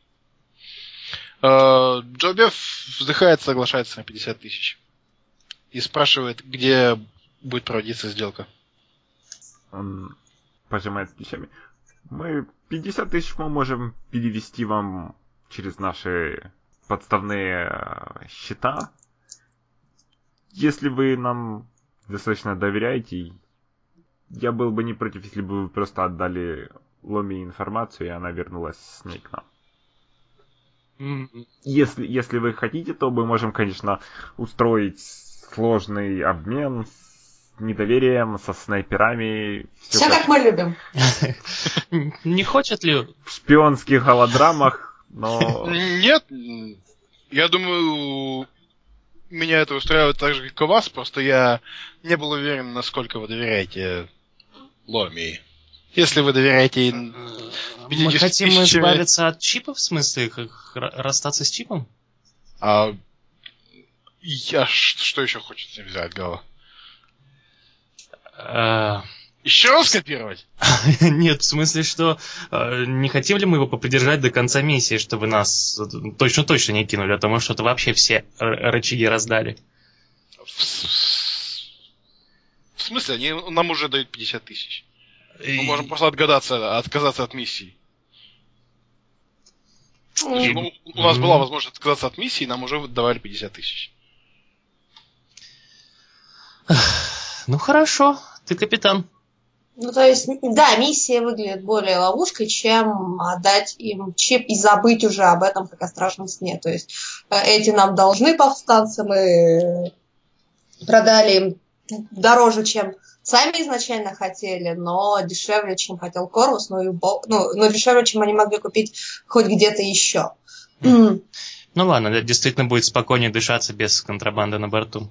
Джобев вздыхает, соглашается на пятьдесят тысяч. И спрашивает, где будет проводиться сделка. Он пожимает плечами. Мы пятьдесят тысяч мы можем перевести вам через наши подставные э, счета. Если вы нам достаточно доверяете, я был бы не против, если бы вы просто отдали Ломе информацию, и она вернулась с ней к нам. М, Если, если вы хотите, то мы можем, конечно, устроить сложный обмен с недоверием, со снайперами. Все как мы любим. Не хочет ли... В шпионских голодрамах, но... Нет, я думаю, меня это устраивает так же, как и вас, просто я не был уверен, насколько вы доверяете Ломе. Если вы доверяете... Мы хотим избавиться от чипов, в смысле, как р- расстаться с чипом? А я ш- что еще хочет с ним взять, Гава? Э, Еще раз копировать? Нет, в смысле, что э, не хотим ли мы его попридержать до конца миссии, чтобы нас точно-точно не кинули, а то мы что-то вообще все р- рычаги раздали. В, с- в смысле? Они нам уже дают пятьдесят тысяч. Мы И- можем просто отгадаться, отказаться от миссии. И- Ну, у нас была возможность отказаться от миссии, нам уже давали пятьдесят тысяч. Ну хорошо, ты капитан. Ну, то есть, да, миссия выглядит более ловушкой, чем отдать им чип и забыть уже об этом, как о страшном сне. То есть, э, эти нам должны повстанцы, мы продали им дороже, чем сами изначально хотели, но дешевле, чем хотел Корвус, ну, и бо- ну, но дешевле, чем они могли купить хоть где-то еще. Ну ладно, да, действительно будет спокойнее дышаться без контрабанды на борту.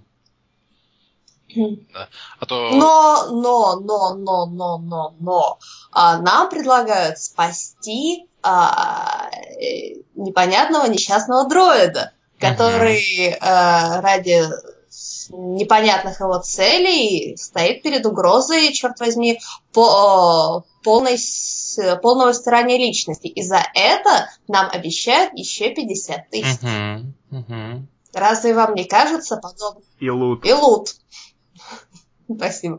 А то... Но, но, но, но, но, но, но а, нам предлагают спасти а, э, непонятного несчастного дроида, который а, ради непонятных его целей стоит перед угрозой, черт возьми, по полной, полного стирания личности. И за это нам обещают еще пятьдесят тысяч. Uh-huh, uh-huh. Разве вам не кажется подобным? И лут. И лут. Спасибо.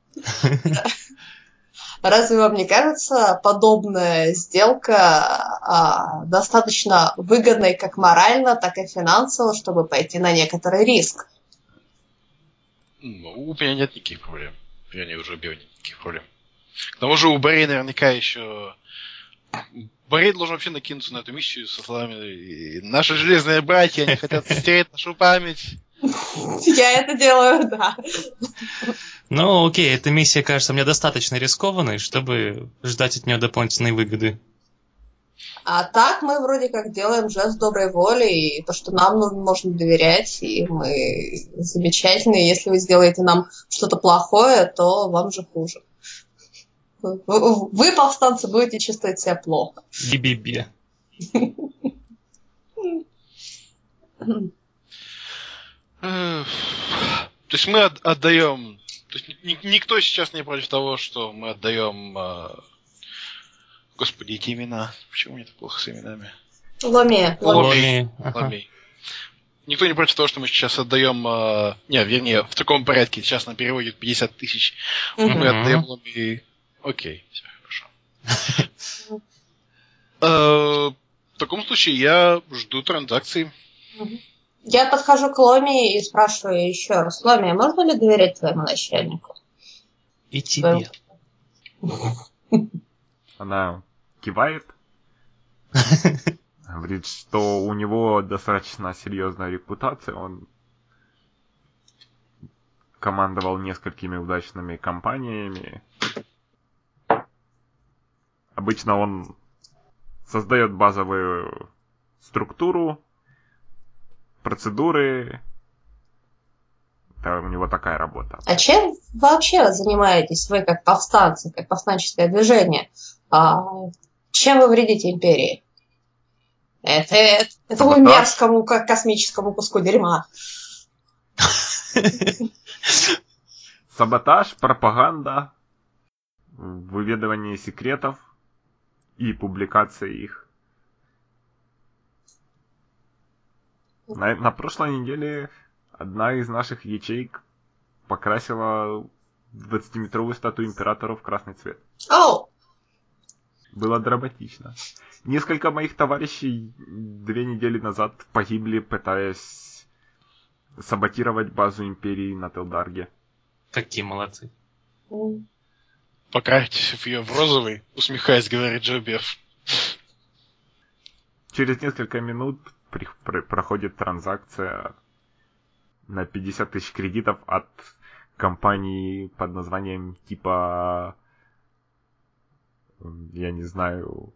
Разве вам не кажется подобная сделка а, достаточно выгодной как морально, так и финансово, чтобы пойти на некоторый риск? Ну, у меня нет никаких проблем. Вернее, уже убил никаких проблем. К тому же у Борей наверняка еще... Борей должен вообще накинуться на эту миссию со словами «Наши железные братья, они хотят стереть нашу память». Я это делаю, да. Ну, окей, эта миссия кажется мне достаточно рискованной, чтобы ждать от нее дополнительной выгоды. А так мы вроде как делаем жест доброй воли, и то, что нам можно доверять, и мы замечательные. Если вы сделаете нам что-то плохое, то вам же хуже. Вы, повстанцы, будете чувствовать себя плохо. Би-би-би. То есть мы отдаем... То есть никто сейчас не против того, что мы отдаем... Господи, эти имена. Почему мне так плохо с именами? Ломи. Ломи. Ломи. Никто не против того, что мы сейчас отдаем... Не, вернее, в таком порядке. Сейчас нам переводят пятьдесят тысяч. Мы отдаем Ломи... Окей, все хорошо. В таком случае я жду транзакции. Я подхожу к Ломи и спрашиваю еще раз. Ломи, можно ли доверять твоему начальнику? И тебе. Она кивает. Говорит, что у него достаточно серьезная репутация. Он командовал несколькими удачными компаниями. Обычно он создает базовую структуру, процедуры. Это у него такая работа. А чем вообще занимаетесь вы, как повстанцы, как повстанческое движение? А, чем вы вредите империи? Это, это, этому мерзкому, как космическому куску дерьма. Саботаж, пропаганда, выведывание секретов и публикация их. На, на прошлой неделе одна из наших ячеек покрасила двадцатиметровую статую императора в красный цвет. Oh. Было драматично. Несколько моих товарищей две недели назад погибли, пытаясь саботировать базу империи на Телдарге. Какие молодцы. Покрасьте ее в розовый, усмехаясь, говорит Джобеф. Через несколько минут при, при, проходит транзакция на пятьдесят тысяч кредитов от компании под названием типа... Я не знаю...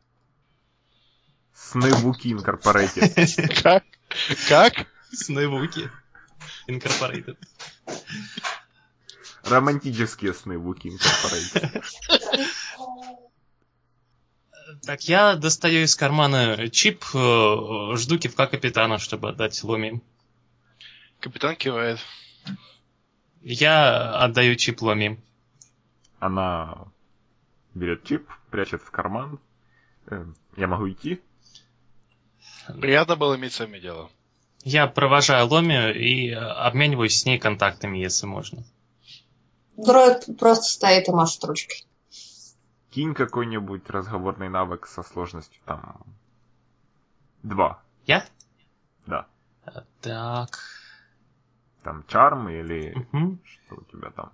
Снэвуки Инкорпорейтед. Как? Как? Снэвуки Инкорпорейтед. Романтические Снэвуки Инкорпорейтед. Так, я достаю из кармана чип, жду кивка капитана, чтобы отдать Ломи. Капитан кивает. Я отдаю чип Ломи. Она берет чип, прячет в карман. Я могу идти? Приятно было иметь с вами дело. Я провожаю Ломи и обмениваюсь с ней контактами, если можно. Дроид просто стоит и машет ручкой. Кинь какой-нибудь разговорный навык со сложностью там... Два. Я? Да. Так. Там чарм или... Угу. Что у тебя там?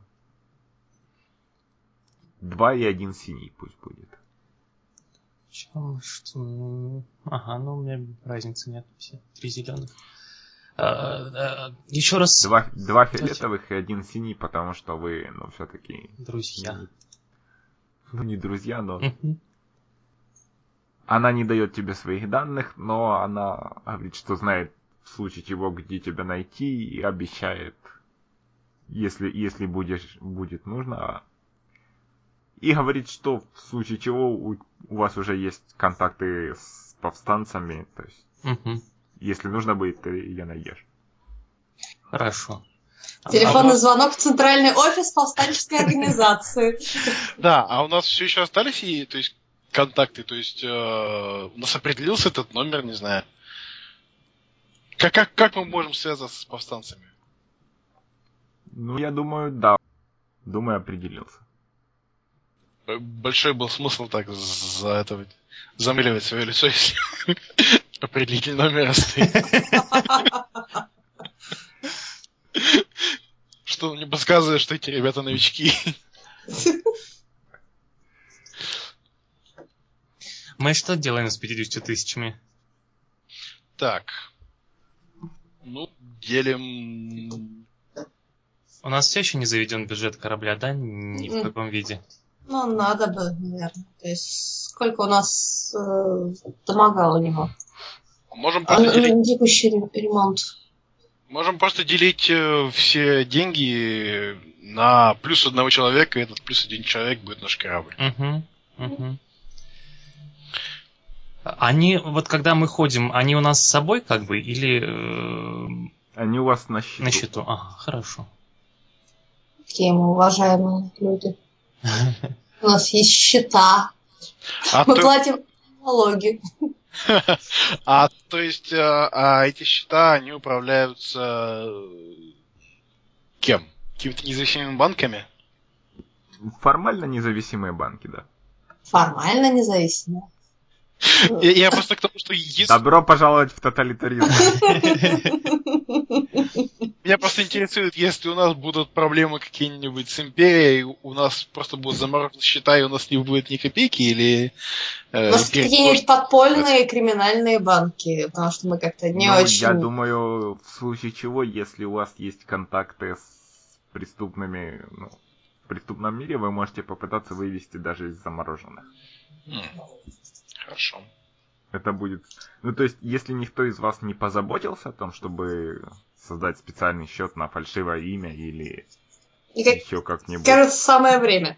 Два и один синий пусть будет. Чем, что... Ага, ну у меня разницы нет. Все три зеленых. А, а, еще раз... Два, два фиолетовых и один синий, потому что вы, ну, все-таки... Друзья. Не, ну, не друзья, но... Угу. Она не дает тебе своих данных, но она говорит, что знает в случае чего, где тебя найти, и обещает, если, если будешь, будет нужно. И говорит, что в случае чего у, у вас уже есть контакты с повстанцами, то есть, Угу. если нужно будет, ты ее найдешь. Хорошо. Телефонный звонок в центральный офис повстанческой организации. Да, а у нас все еще остались и, то есть, контакты, то есть э, у нас определился этот номер, не знаю. Как, как, как мы можем связаться с повстанцами? Ну, я думаю, да. Думаю, определился. Большой был смысл так за это замыливать свое лицо, если определитель номера стоит. Что мне подсказывает, что эти ребята новички. Мы что делаем с пятьюдесятью тысячами? Так. Ну, делим... У нас все еще не заведен бюджет корабля, да? Ни в каком виде. Ну, надо бы, наверное. То есть, сколько у нас э, домогал у него? Можем А, просто делить... Текущий ремонт. Можем просто делить э, все деньги на плюс одного человека, и этот плюс один человек будет наш корабль. Угу, угу. Они, вот когда мы ходим, они у нас с собой как бы, или... Э, они у вас на счету. На счету, ага, хорошо. Какие мы уважаемые люди. У нас есть счета. А мы то... платим налоги. А то есть, а, а эти счета, они управляются кем? Какими-то независимыми банками? Формально независимые банки, да. Формально независимые. Я, я просто к тому, что если... Добро пожаловать в тоталитаризм. Меня просто интересует, если у нас будут проблемы какие-нибудь с империей, у нас просто будут заморожены счета, и у нас не будет ни копейки, или... Э, Может, какие-нибудь подпольные криминальные банки, потому что мы как-то не ну, очень... Я думаю, в случае чего, если у вас есть контакты с преступными... Ну, в преступном мире, вы можете попытаться вывести даже из замороженных. Mm. Хорошо. Это будет... Ну, то есть, если никто из вас не позаботился о том, чтобы создать специальный счет на фальшивое имя или как... еще как-нибудь... Кажется, самое время.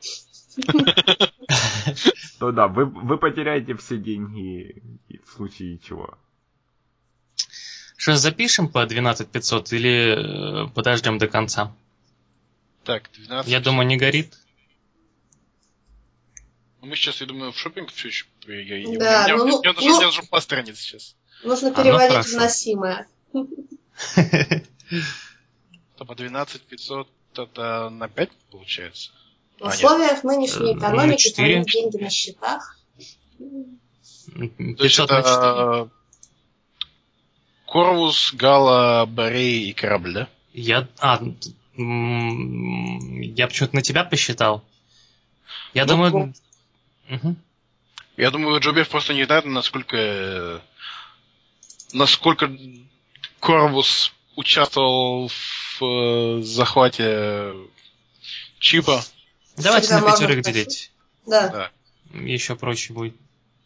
То да, вы, вы потеряете все деньги в случае чего. Что, запишем по двенадцать пятьсот или подождем до конца? Так, двенадцать... Я думаю, не горит. Мы сейчас, я думаю, в шопинг все еще... Я, да, я, ну, я, я даже ну, не уже по странице сейчас. Нужно переводить в носимое. То по двенадцать пятьсот это на пять получается? В условиях а, нынешней экономики хранить деньги на счетах. То есть это Корвус, Гала, Борей и корабль, да? Я... А, я почему-то на тебя посчитал. Я ну, думаю... Угу. Я думаю, Джобев просто не знает, насколько... Насколько Корвус участвовал в э, захвате чипа. Давайте Всегда на пятерых делить. Да. да. Еще проще будет.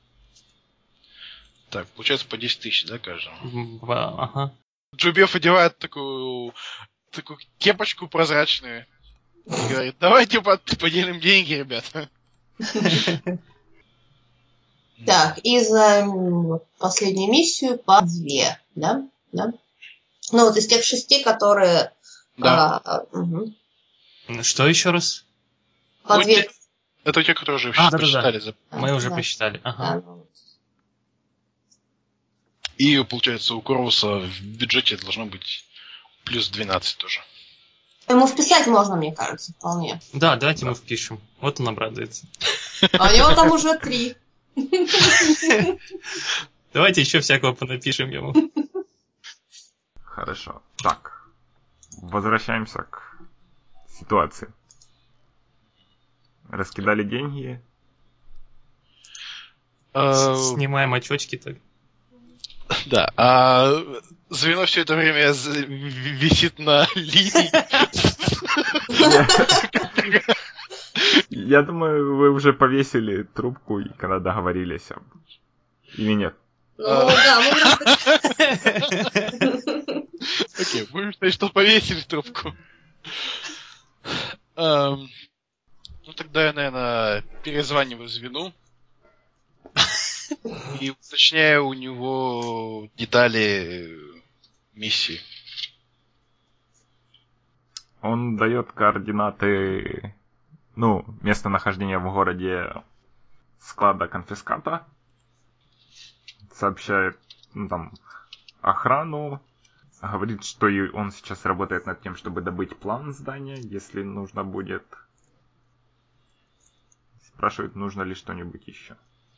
Так, получается по десять тысяч, да, каждому? Ага. Джобев одевает такую, такую кепочку прозрачную. И говорит, давайте поделим деньги, ребята. Так, и за последнюю миссию по две, да? Да? Ну, вот из тех шести, которые... Да. А, угу. Что еще раз? По ну, две... те, это те, которые уже а, посчитали. Да, да, да. Мы уже да. посчитали. Ага. Да. И, получается, у Корвуса в бюджете должно быть плюс двенадцать тоже. Ему вписать можно, мне кажется, вполне. Да, давайте мы впишем. Вот он обрадуется. А у него там уже три. Давайте еще всякого понапишем ему. Хорошо. Так. Возвращаемся к ситуации. Раскидали деньги. Снимаем очочки так. Да. А звено все это время висит на линии. Я думаю, вы уже повесили трубку, и когда договорились. Или нет? Ну, да, мы Окей, будем считать, что повесили трубку. Ну, тогда я, наверное, перезваниваю звену и уточняю у него детали миссии. Он дает координаты, ну, местонахождение в городе склада конфиската, сообщает, ну, там, охрану, говорит, что и он сейчас работает над тем, чтобы добыть план здания, если нужно будет. Спрашивает, нужно ли что-нибудь еще.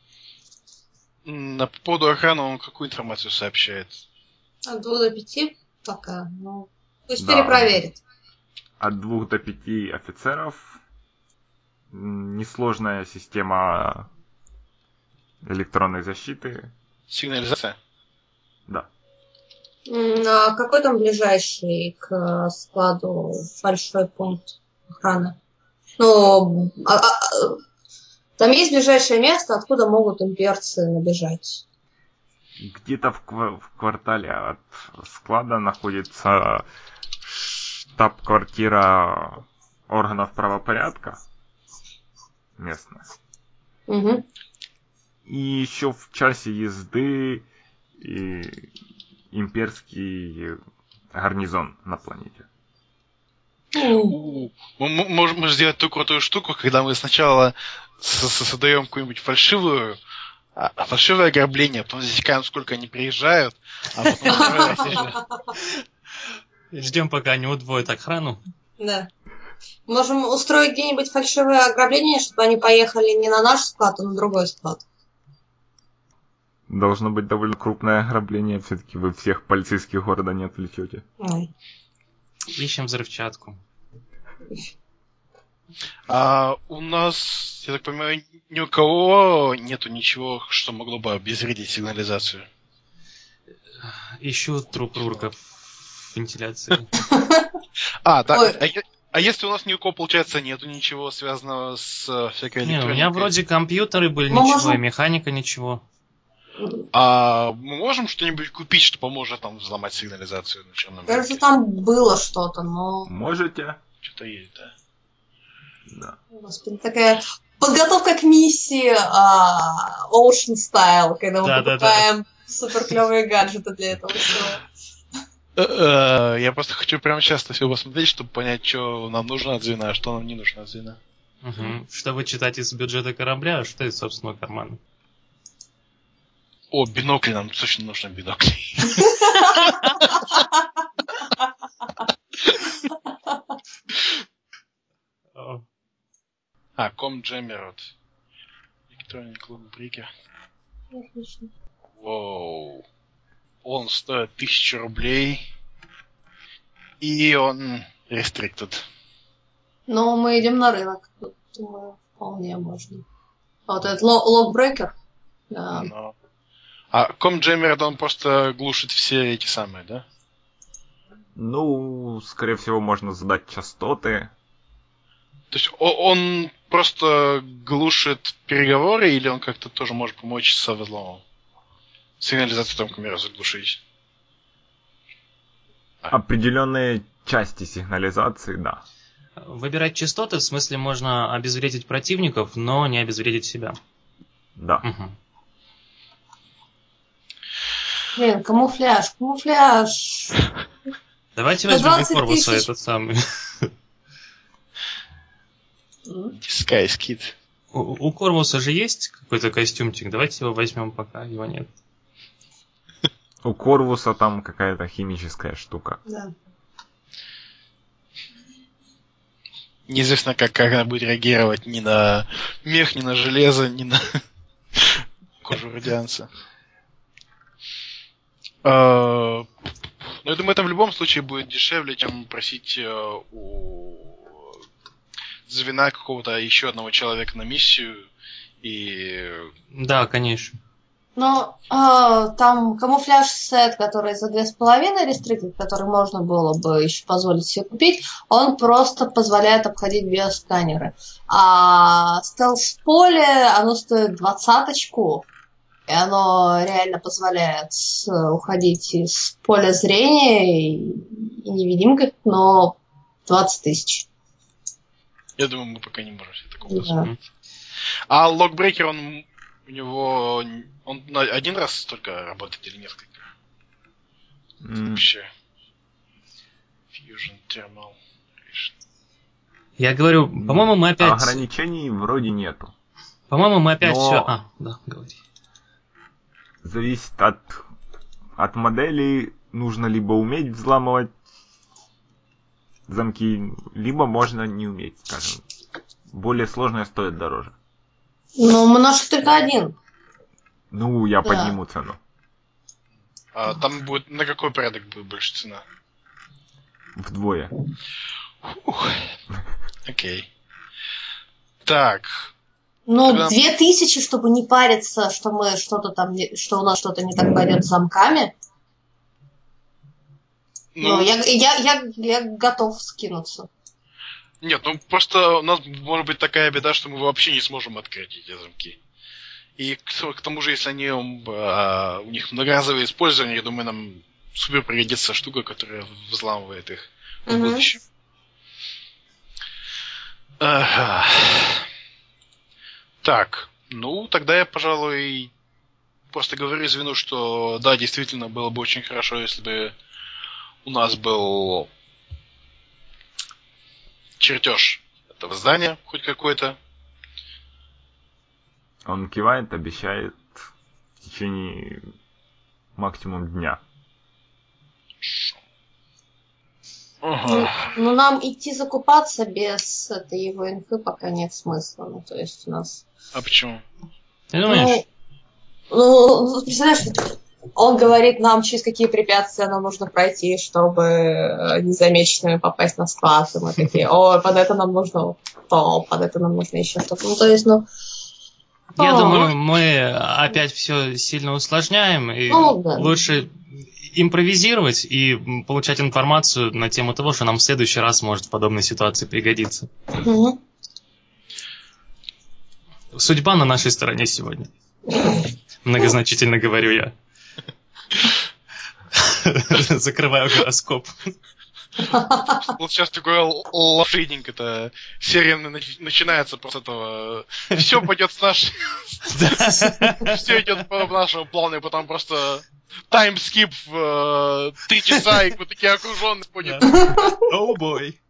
На по поводу охраны он какую информацию сообщает? От двух до пяти пока. Ну, пусть Да. перепроверит. От двух до пяти офицеров. Несложная система электронной защиты. Сигнализация? Да. М, А какой там ближайший к складу большой пункт охраны? Ну, а- а- там есть ближайшее место, откуда могут имперцы набежать. Где-то в, ква- в квартале от склада находится штаб-квартира органов правопорядка местная. Угу. И еще в часе езды и имперский гарнизон на планете. У, Мы м- можем сделать ту крутую штуку, когда мы сначала с- с- создаем какую-нибудь фальшивую, а- а фальшивое ограбление, потом засекаем, сколько они приезжают, а потом второй раз еще- Ждем, пока они удвоят охрану. Да. Можем устроить где-нибудь фальшивое ограбление, чтобы они поехали не на наш склад, а на другой склад. Должно быть довольно крупное ограбление, все-таки вы всех полицейских города не отвлечете. Ой. Ищем взрывчатку. А у нас, я так понимаю, ни у кого нету ничего, что могло бы обезвредить сигнализацию. Ищу труп Рурка в вентиляции. А, да. Ой. А, е- а если у нас ни у кого, получается, нету ничего связанного с э, всякой Не, у электроникой? меня вроде компьютеры были, Мы ничего, можем- и механика ничего. А мы можем что-нибудь купить, что поможет нам взломать сигнализацию на черном Кажется, рынке? там было что-то, но... Можете? Что-то есть, да. Да. Господи, такая подготовка к миссии а, Ocean Style, когда мы Да, да, да. покупаем супер клевые гаджеты для этого всего. Э, э, Я просто хочу прямо сейчас на все посмотреть, чтобы понять, что нам нужно от звена, а что нам не нужно от звена. Мгм. Чтобы читать из бюджета корабля, а что из собственного кармана. О, бинокли, нам точно нужны бинокли. О, А, Комджемер вот. Электронный клуб Брикер. Отлично. Воу. Он стоит тысячу рублей. И он restricted. Но мы идем на рынок. Тут, думаю, вполне можно. А вот этот ло- логбрекер. Да. Но- А Комджемер, это он просто глушит все эти самые, да? Ну, скорее всего, можно задать частоты. То есть о- он просто глушит переговоры, или он как-то тоже может помочь со взломом? Сигнализацию там, к примеру, заглушить. Определенные части сигнализации, да. Выбирать частоты, в смысле, можно обезвредить противников, но не обезвредить себя. Да. Мгм. Блин, камуфляж, камуфляж. Давайте За возьмем у двадцать Корвуса тысяч. этот самый. М. Disguise Kit. У, у Корвуса же есть какой-то костюмчик, давайте его возьмем, пока его нет. У Корвуса там какая-то химическая штука. Да. Неизвестно, как, как она будет реагировать ни на мех, ни на железо, ни на кожу радианца. А, Ну, я думаю, это в любом случае будет дешевле, чем просить э, у звена какого-то еще одного человека на миссию. И Да, конечно. Но а, там камуфляж-сет, который за две с половиной рестрикт, который можно было бы еще позволить себе купить, он просто позволяет обходить биосканеры. А стелс-поле, оно стоит двадцаточку, и оно реально позволяет с- уходить из поля зрения и, и невидимкой, но двадцать тысяч. я думаю, мы пока не можем себе такого Да. позволить. А логбрекер, он у него он на один раз только работает или несколько? М, Вообще. Fusion Thermal конечно. Я говорю, по-моему, мы опять... Ограничений вроде нету. По-моему, мы опять Но- все... А, да, говори. Зависит от, от модели. Нужно либо уметь взламывать замки, либо можно не уметь, скажем. Более сложное стоит дороже. Ну, у нас только один. Ну, я Да. подниму цену. А там будет на какой порядок будет больше цена? Вдвое. Ух. Окей. Так. Ну, Тогда- две тысячи, чтобы не париться, что мы что-то там, не- что у нас что-то не так пойдет с замками. Ну, Ну, я, я, я, я готов скинуться. нет, ну просто у нас может быть такая беда, что мы вообще не сможем открыть эти замки. И к, к тому же, если они а, у них многоразовое использование, я думаю, нам супер пригодится штука, которая взламывает их в Мгм. будущем. Ага. Так, ну тогда я, пожалуй, просто говорю звену, что да, действительно было бы очень хорошо, если бы у нас был чертеж этого здания хоть какой-то. Он кивает, обещает в течение максимум дня. Ну, Ага. ну, нам идти закупаться без этой его инфы пока нет смысла. Ну, то есть у нас... А почему? Ты думаешь? Ну, ну, представляешь, он говорит нам, через какие препятствия нам нужно пройти, чтобы э, незамеченными попасть на склад. И мы такие, ой, под это нам нужно то, под это нам нужно еще что-то. Ну, то есть, ну... Я о, думаю, мы опять все сильно усложняем, и Ну, да. лучше импровизировать и м, получать информацию на тему того, что нам в следующий раз может в подобной ситуации пригодиться. мгм. Судьба на нашей стороне сегодня. Многозначительно говорю я. Закрываю гороскоп. Вот сейчас такой л- лошадник, это серия нач- начинается просто этого. Все пойдет с нашей. Все идет по нашему плану, и потом просто таймскип в э, три часа, и мы такие окруженные будет. Оу бой.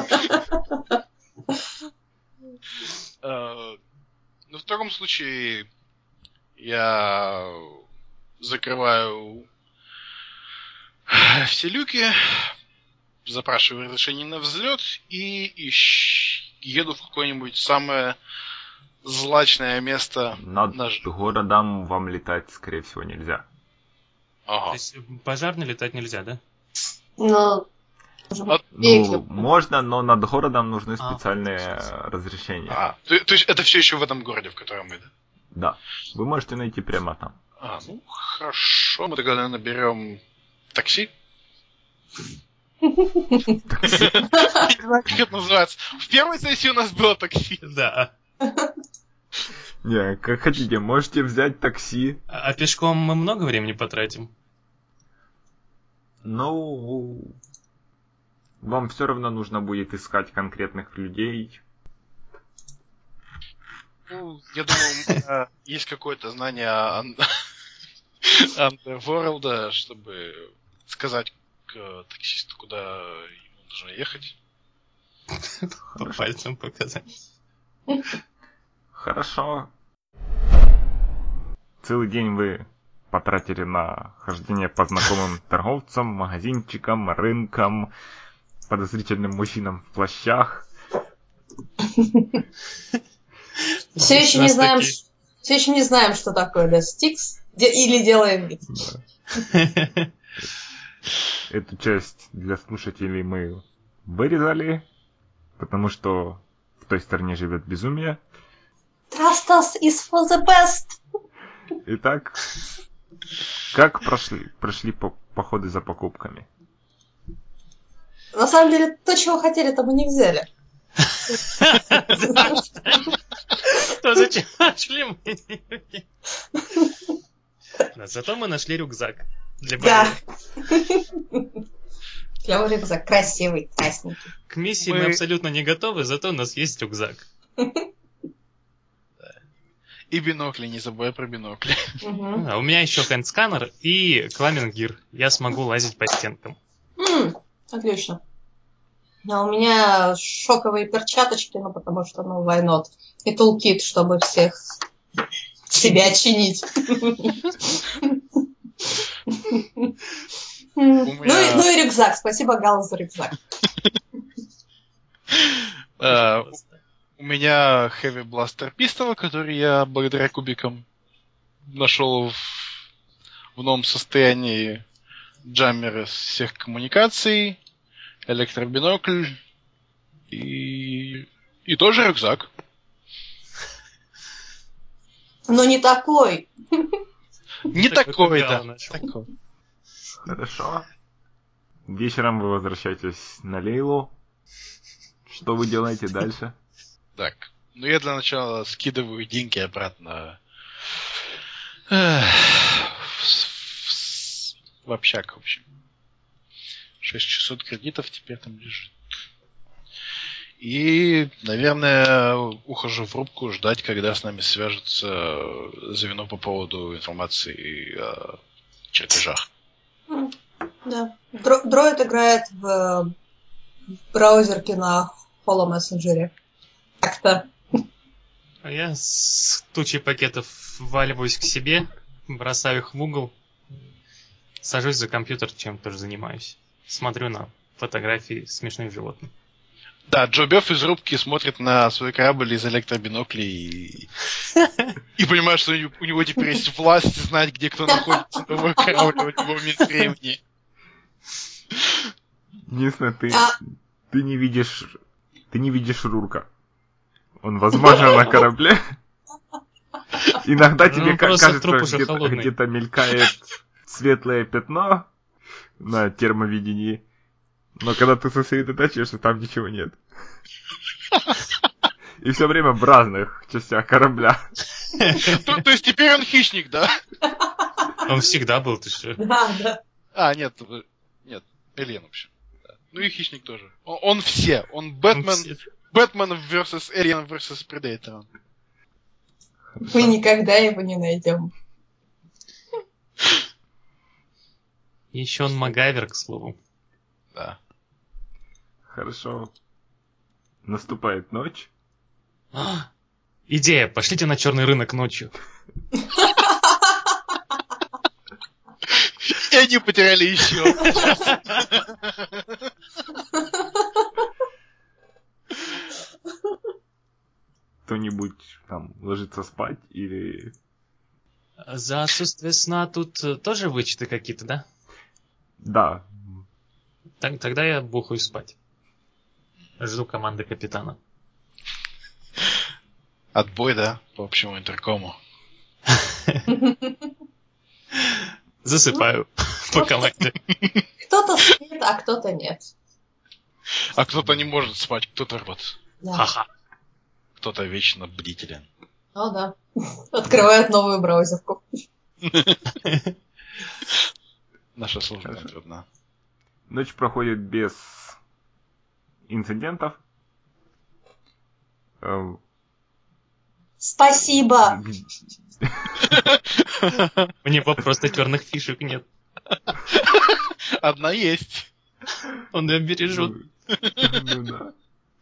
Э, Ну, в таком случае я закрываю все люки, запрашиваю разрешение на взлет и ищ- еду в какое-нибудь самое злачное место. Над Наш- городом вам летать, скорее всего, нельзя. То Ага. есть пожарно летать нельзя, да? Ну, От- Ну, можно, но над городом нужны А. специальные разрешения. А, то, то есть это все еще в этом городе, в котором мы, да? Да. Вы можете найти прямо там. А, ну хорошо, мы тогда, наверное, берем такси. Не знаю, как это называется. В первой сессии у нас было такси. Да. Не, как хотите, можете взять такси. А а пешком мы много времени потратим? Ну, вам все равно нужно будет искать конкретных людей. Ну, я думаю, у меня есть какое-то знание ан- Underworld, чтобы сказать к таксисту, куда ему нужно ехать. По пальцам показать. Хорошо. Целый день вы потратили на хождение по знакомым торговцам, магазинчикам, рынкам, подозрительным мужчинам в плащах. все еще У не нас знаем, такие. ш- все еще не знаем, что такое Дестикс, или делаем вид. Эту часть для слушателей мы вырезали, потому что в той стороне живет безумие. Trust us is for the best. Итак, как прошли, прошли по- походы за покупками? На самом деле, то, чего хотели, то мы не взяли. То зачем нашли мы? Да, зато мы нашли рюкзак. Для Да. боя. Клевый рюкзак, красивый, красненький. К миссии мы... Мы- абсолютно не готовы, зато у нас есть рюкзак. И бинокли, не забывай про бинокли. Мгм. А у меня еще хэндсканер и кламинг гир. Я смогу лазить по стенкам. М, Отлично. А у меня шоковые перчаточки, ну потому что, ну, why not? И тулкит, чтобы всех себя чинить. Ну и рюкзак. Спасибо, Гал, за рюкзак. У меня Heavy Blaster Pistol, который я благодаря кубикам нашел в, в новом состоянии. Джаммер из всех коммуникаций, электробинокль и, и тоже рюкзак. Но не такой. Не такой, да. Хорошо. Вечером вы возвращаетесь на Лейлу. Что вы делаете дальше? Так, ну я для начала скидываю деньги обратно в общак, в общем. шесть тысяч шестьсот кредитов теперь там лежит. И, наверное, ухожу в рубку ждать, когда с нами свяжется звено по поводу информации о чертежах. Да. Дро- Дроид играет в браузерке на Holo Messenger. Так-то. А я с тучей пакетов вваливаюсь к себе, бросаю их в угол, сажусь за компьютер, чем тоже занимаюсь. Смотрю на фотографии смешных животных. Да, Джо Бёфф из рубки смотрит на свой корабль из электробиноклей и, и понимает, что у него теперь есть власть знать, где кто находится на его корабле в любой момент времени. Единственное, ты, ты не видишь, ты не видишь Рурка. Он, возможно, на корабле. Иногда тебе кажется, где-то, где-то мелькает светлое пятно на термовидении. Но когда ты сосредотачиваешься, там ничего нет. И все время в разных частях корабля. То есть теперь он хищник, да? Он всегда был, ты что? Да, да. А, нет, нет, Элен вообще. Ну и хищник тоже. Он все. Он Бэтмен. Бэтмен versus Alien versus Predator. Мы никогда его не найдем. Еще он Магайвер, к слову. Да. Хорошо. Наступает ночь. А, идея, пошлите на черный рынок ночью. И они потеряли еще. Кто-нибудь там ложится спать или... За отсутствие сна тут тоже вычеты какие-то, да? Да. Так, тогда я бухаю спать. Жду команды капитана. Отбой, да? По общему интеркому. Засыпаю по команде. Кто-то спит, а кто-то нет. А кто-то не может спать, кто-то робот. Да. Ха-ха. Кто-то вечно бдителен. Ну да. Открывает новую браузерку. Наша служба трудна. Ночь проходит без инцидентов. Спасибо. У него просто черных фишек нет. Одна есть. Он ее бережет. Ну да.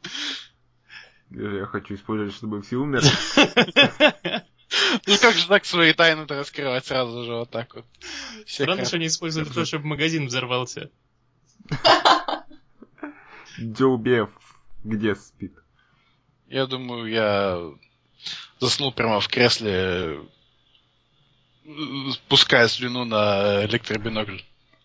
Я хочу использовать, чтобы все умерли. Ну как же так свои тайны-то раскрывать сразу же вот так вот? Странно, что они использовали то, чтобы магазин взорвался. Джо Бефф где спит? Я думаю, я заснул прямо в кресле, пуская слюну на электробинокль.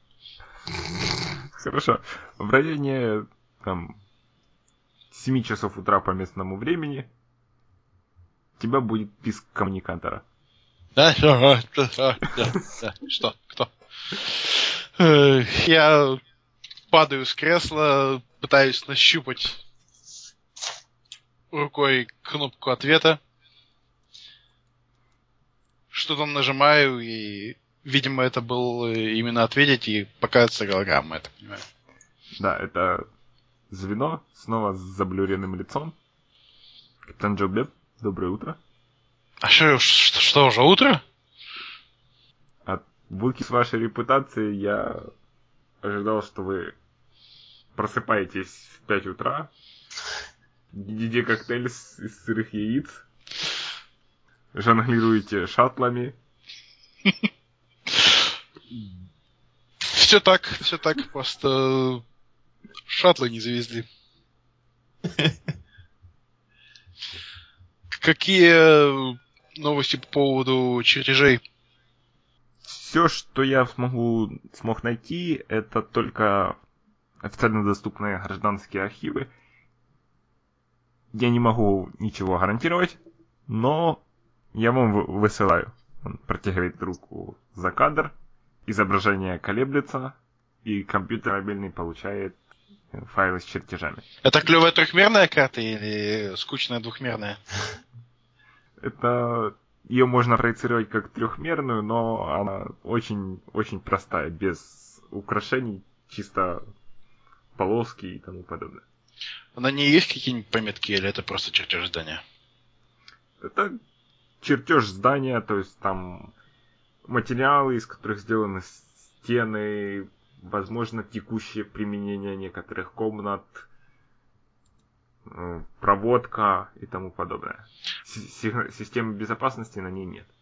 Хорошо. В районе там семи часов утра по местному времени у тебя будет писк коммуникатора. Да, что? Что? Кто? Я падаю с кресла, пытаюсь нащупать рукой кнопку ответа. Что там нажимаю, и, видимо, это был именно ответить, и показывается голограмма, я так понимаю. Да, это звено, снова с заблюренным лицом. Капитан Джо Бефф, доброе утро. А что, что, что уже утро? От булки с вашей репутацией я ожидал, что вы просыпаетесь в пять утра, едите коктейль из сырых яиц, жонглируете шаттлами. Все так, все так, просто шаттлы не завезли. Какие новости по поводу чертежей? Все, что я смогу, смог найти, это только официально доступные гражданские архивы. Я не могу ничего гарантировать, но я вам высылаю. Он протягивает руку за кадр, изображение колеблется, и компьютер мобильный получает файлы с чертежами. Это клевая трехмерная карта или скучная двухмерная? Это... Ее можно проецировать как трехмерную, но она очень-очень простая, без украшений, чисто полоски и тому подобное. На ней есть какие-нибудь пометки или это просто чертеж здания? Это чертеж здания, то есть там материалы, из которых сделаны стены, возможно, текущее применение некоторых комнат, проводка и тому подобное. Системы безопасности на ней нет.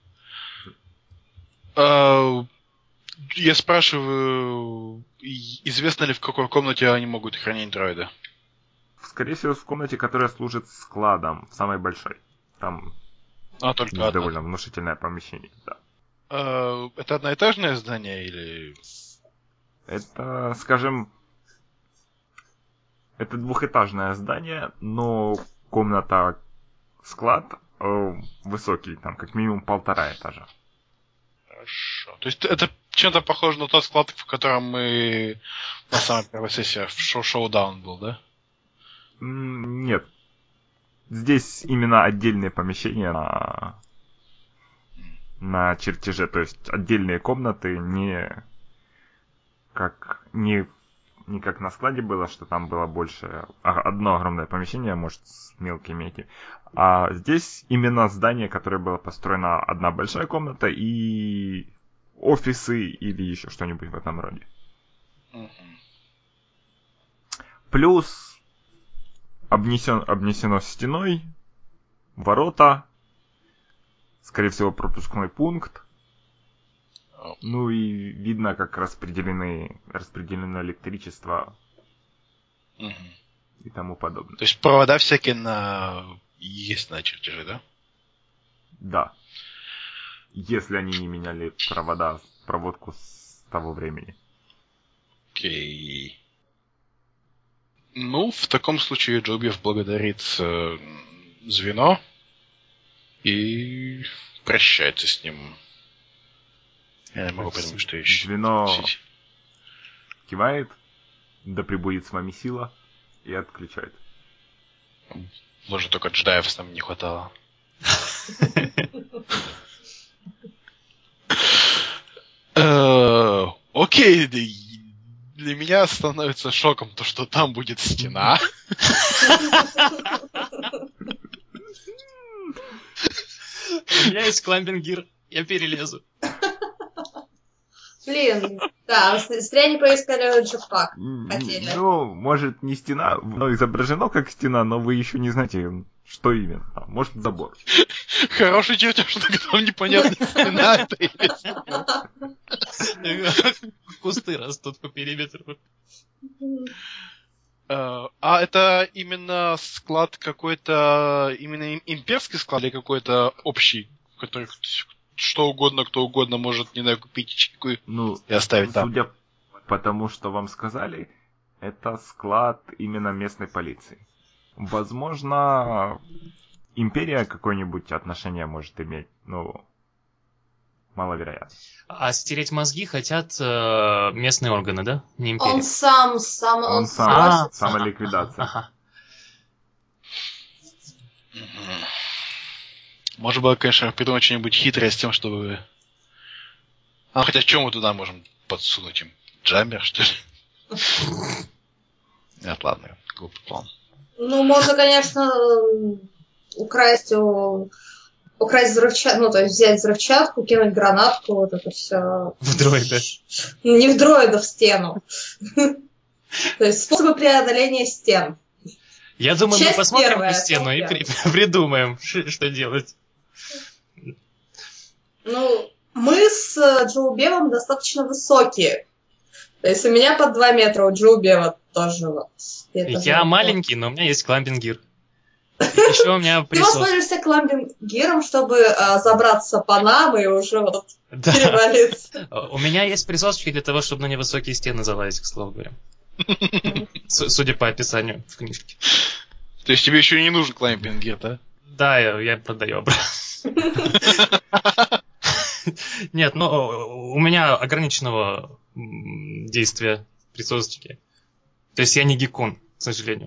А, я спрашиваю, известно ли, в какой комнате они могут хранить дроида? Скорее всего, в комнате, которая служит складом, самой большой. Там а, только довольно внушительное помещение, да. А, это одноэтажное здание или... Это, скажем... Это двухэтажное здание, но комната-склад э, высокий, там как минимум полтора этажа. Хорошо. То есть это чем-то похоже на тот склад, в котором мы на самой первой сессии в шоу-шоу-даун был, да? Нет. Здесь именно отдельные помещения на... на чертеже, то есть отдельные комнаты, не как не не как на складе было, что там было больше одно огромное помещение, может, с мелкими эти. А здесь именно здание, которое было построено одна большая комната и офисы или еще что-нибудь в этом роде. Mm-hmm. Плюс обнесен, обнесено стеной, ворота, скорее всего, пропускной пункт. Ну и видно, как распределены, распределено электричество угу. и тому подобное. То есть провода всякие на... есть на чертеже, да? Да. Если они не меняли провода, проводку с того времени. Окей. Ну, в таком случае Джобьев благодарит э, звено и прощается с ним. Я не могу придумать, что еще. Звено кивает, да пребудет с вами сила, и отключает. Может, только джедаев с нами не хватало. Окей, для меня становится шоком то, что там будет стена. У меня есть кламбингир, я перелезу. Блин, да, зря не поискали джетпак. Хотели. Ну, может, не стена, но изображено как стена, но вы еще не знаете, что именно. Может, забор. Хороший чертеж, что там непонятно, стена это или стена. Кусты растут по периметру. А это именно склад какой-то, именно имперский склад или какой-то общий, который... что угодно, кто угодно может, не знаю, купить чайку ну, и оставить там. Судя по тому, что вам сказали, это склад именно местной полиции. Возможно, империя какое-нибудь отношение может иметь, но маловероятно. А стереть мозги хотят э, местные органы, да? Не империя. Он сам, сам, он, он сам, а, самоликвидация. Ага. Можно было, конечно, придумать что-нибудь хитрое с тем, чтобы... А хотя чем мы туда можем подсунуть им? Джаммер, что ли? Нет, ладно, глупый план. Ну, можно, конечно, украсть у... украсть взрывчатку, ну, то есть взять взрывчатку, кинуть гранатку, вот это все. В дроида. Не в дроида, в стену. То есть способы преодоления стен. Я думаю, Часть мы посмотрим первая, на стену и часть при- придумаем, ш- что делать. Ну, мы с э, Джоубевом достаточно высокие. То есть у меня под два метра, у Джоубева тоже вот. где-то Я вот. маленький, но у меня есть кламбингир. Еще у меня Ты присос. воспользуешься кламбингиром, чтобы э, забраться по нам и уже вот Да. перевалиться. У меня есть присосочки для того, чтобы на невысокие стены залазить, к слову говоря. С- Судя по описанию в книжке. То есть тебе еще и не нужен клаймбингер, да? Да, я, я продаю обратно. Нет, ну у меня ограниченного м, действия присосочки. То есть я не геккон, к сожалению.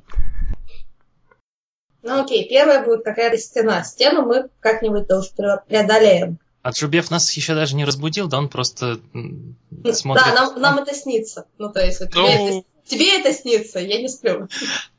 Ну окей, первая будет какая-то стена. Стену мы как-нибудь тоже преодолеем. А Джубев нас еще даже не разбудил, да он просто м, смотрит. Да, нам, нам это снится. Ну, то есть, вот тебе, Ну. это, тебе это снится, я не сплю.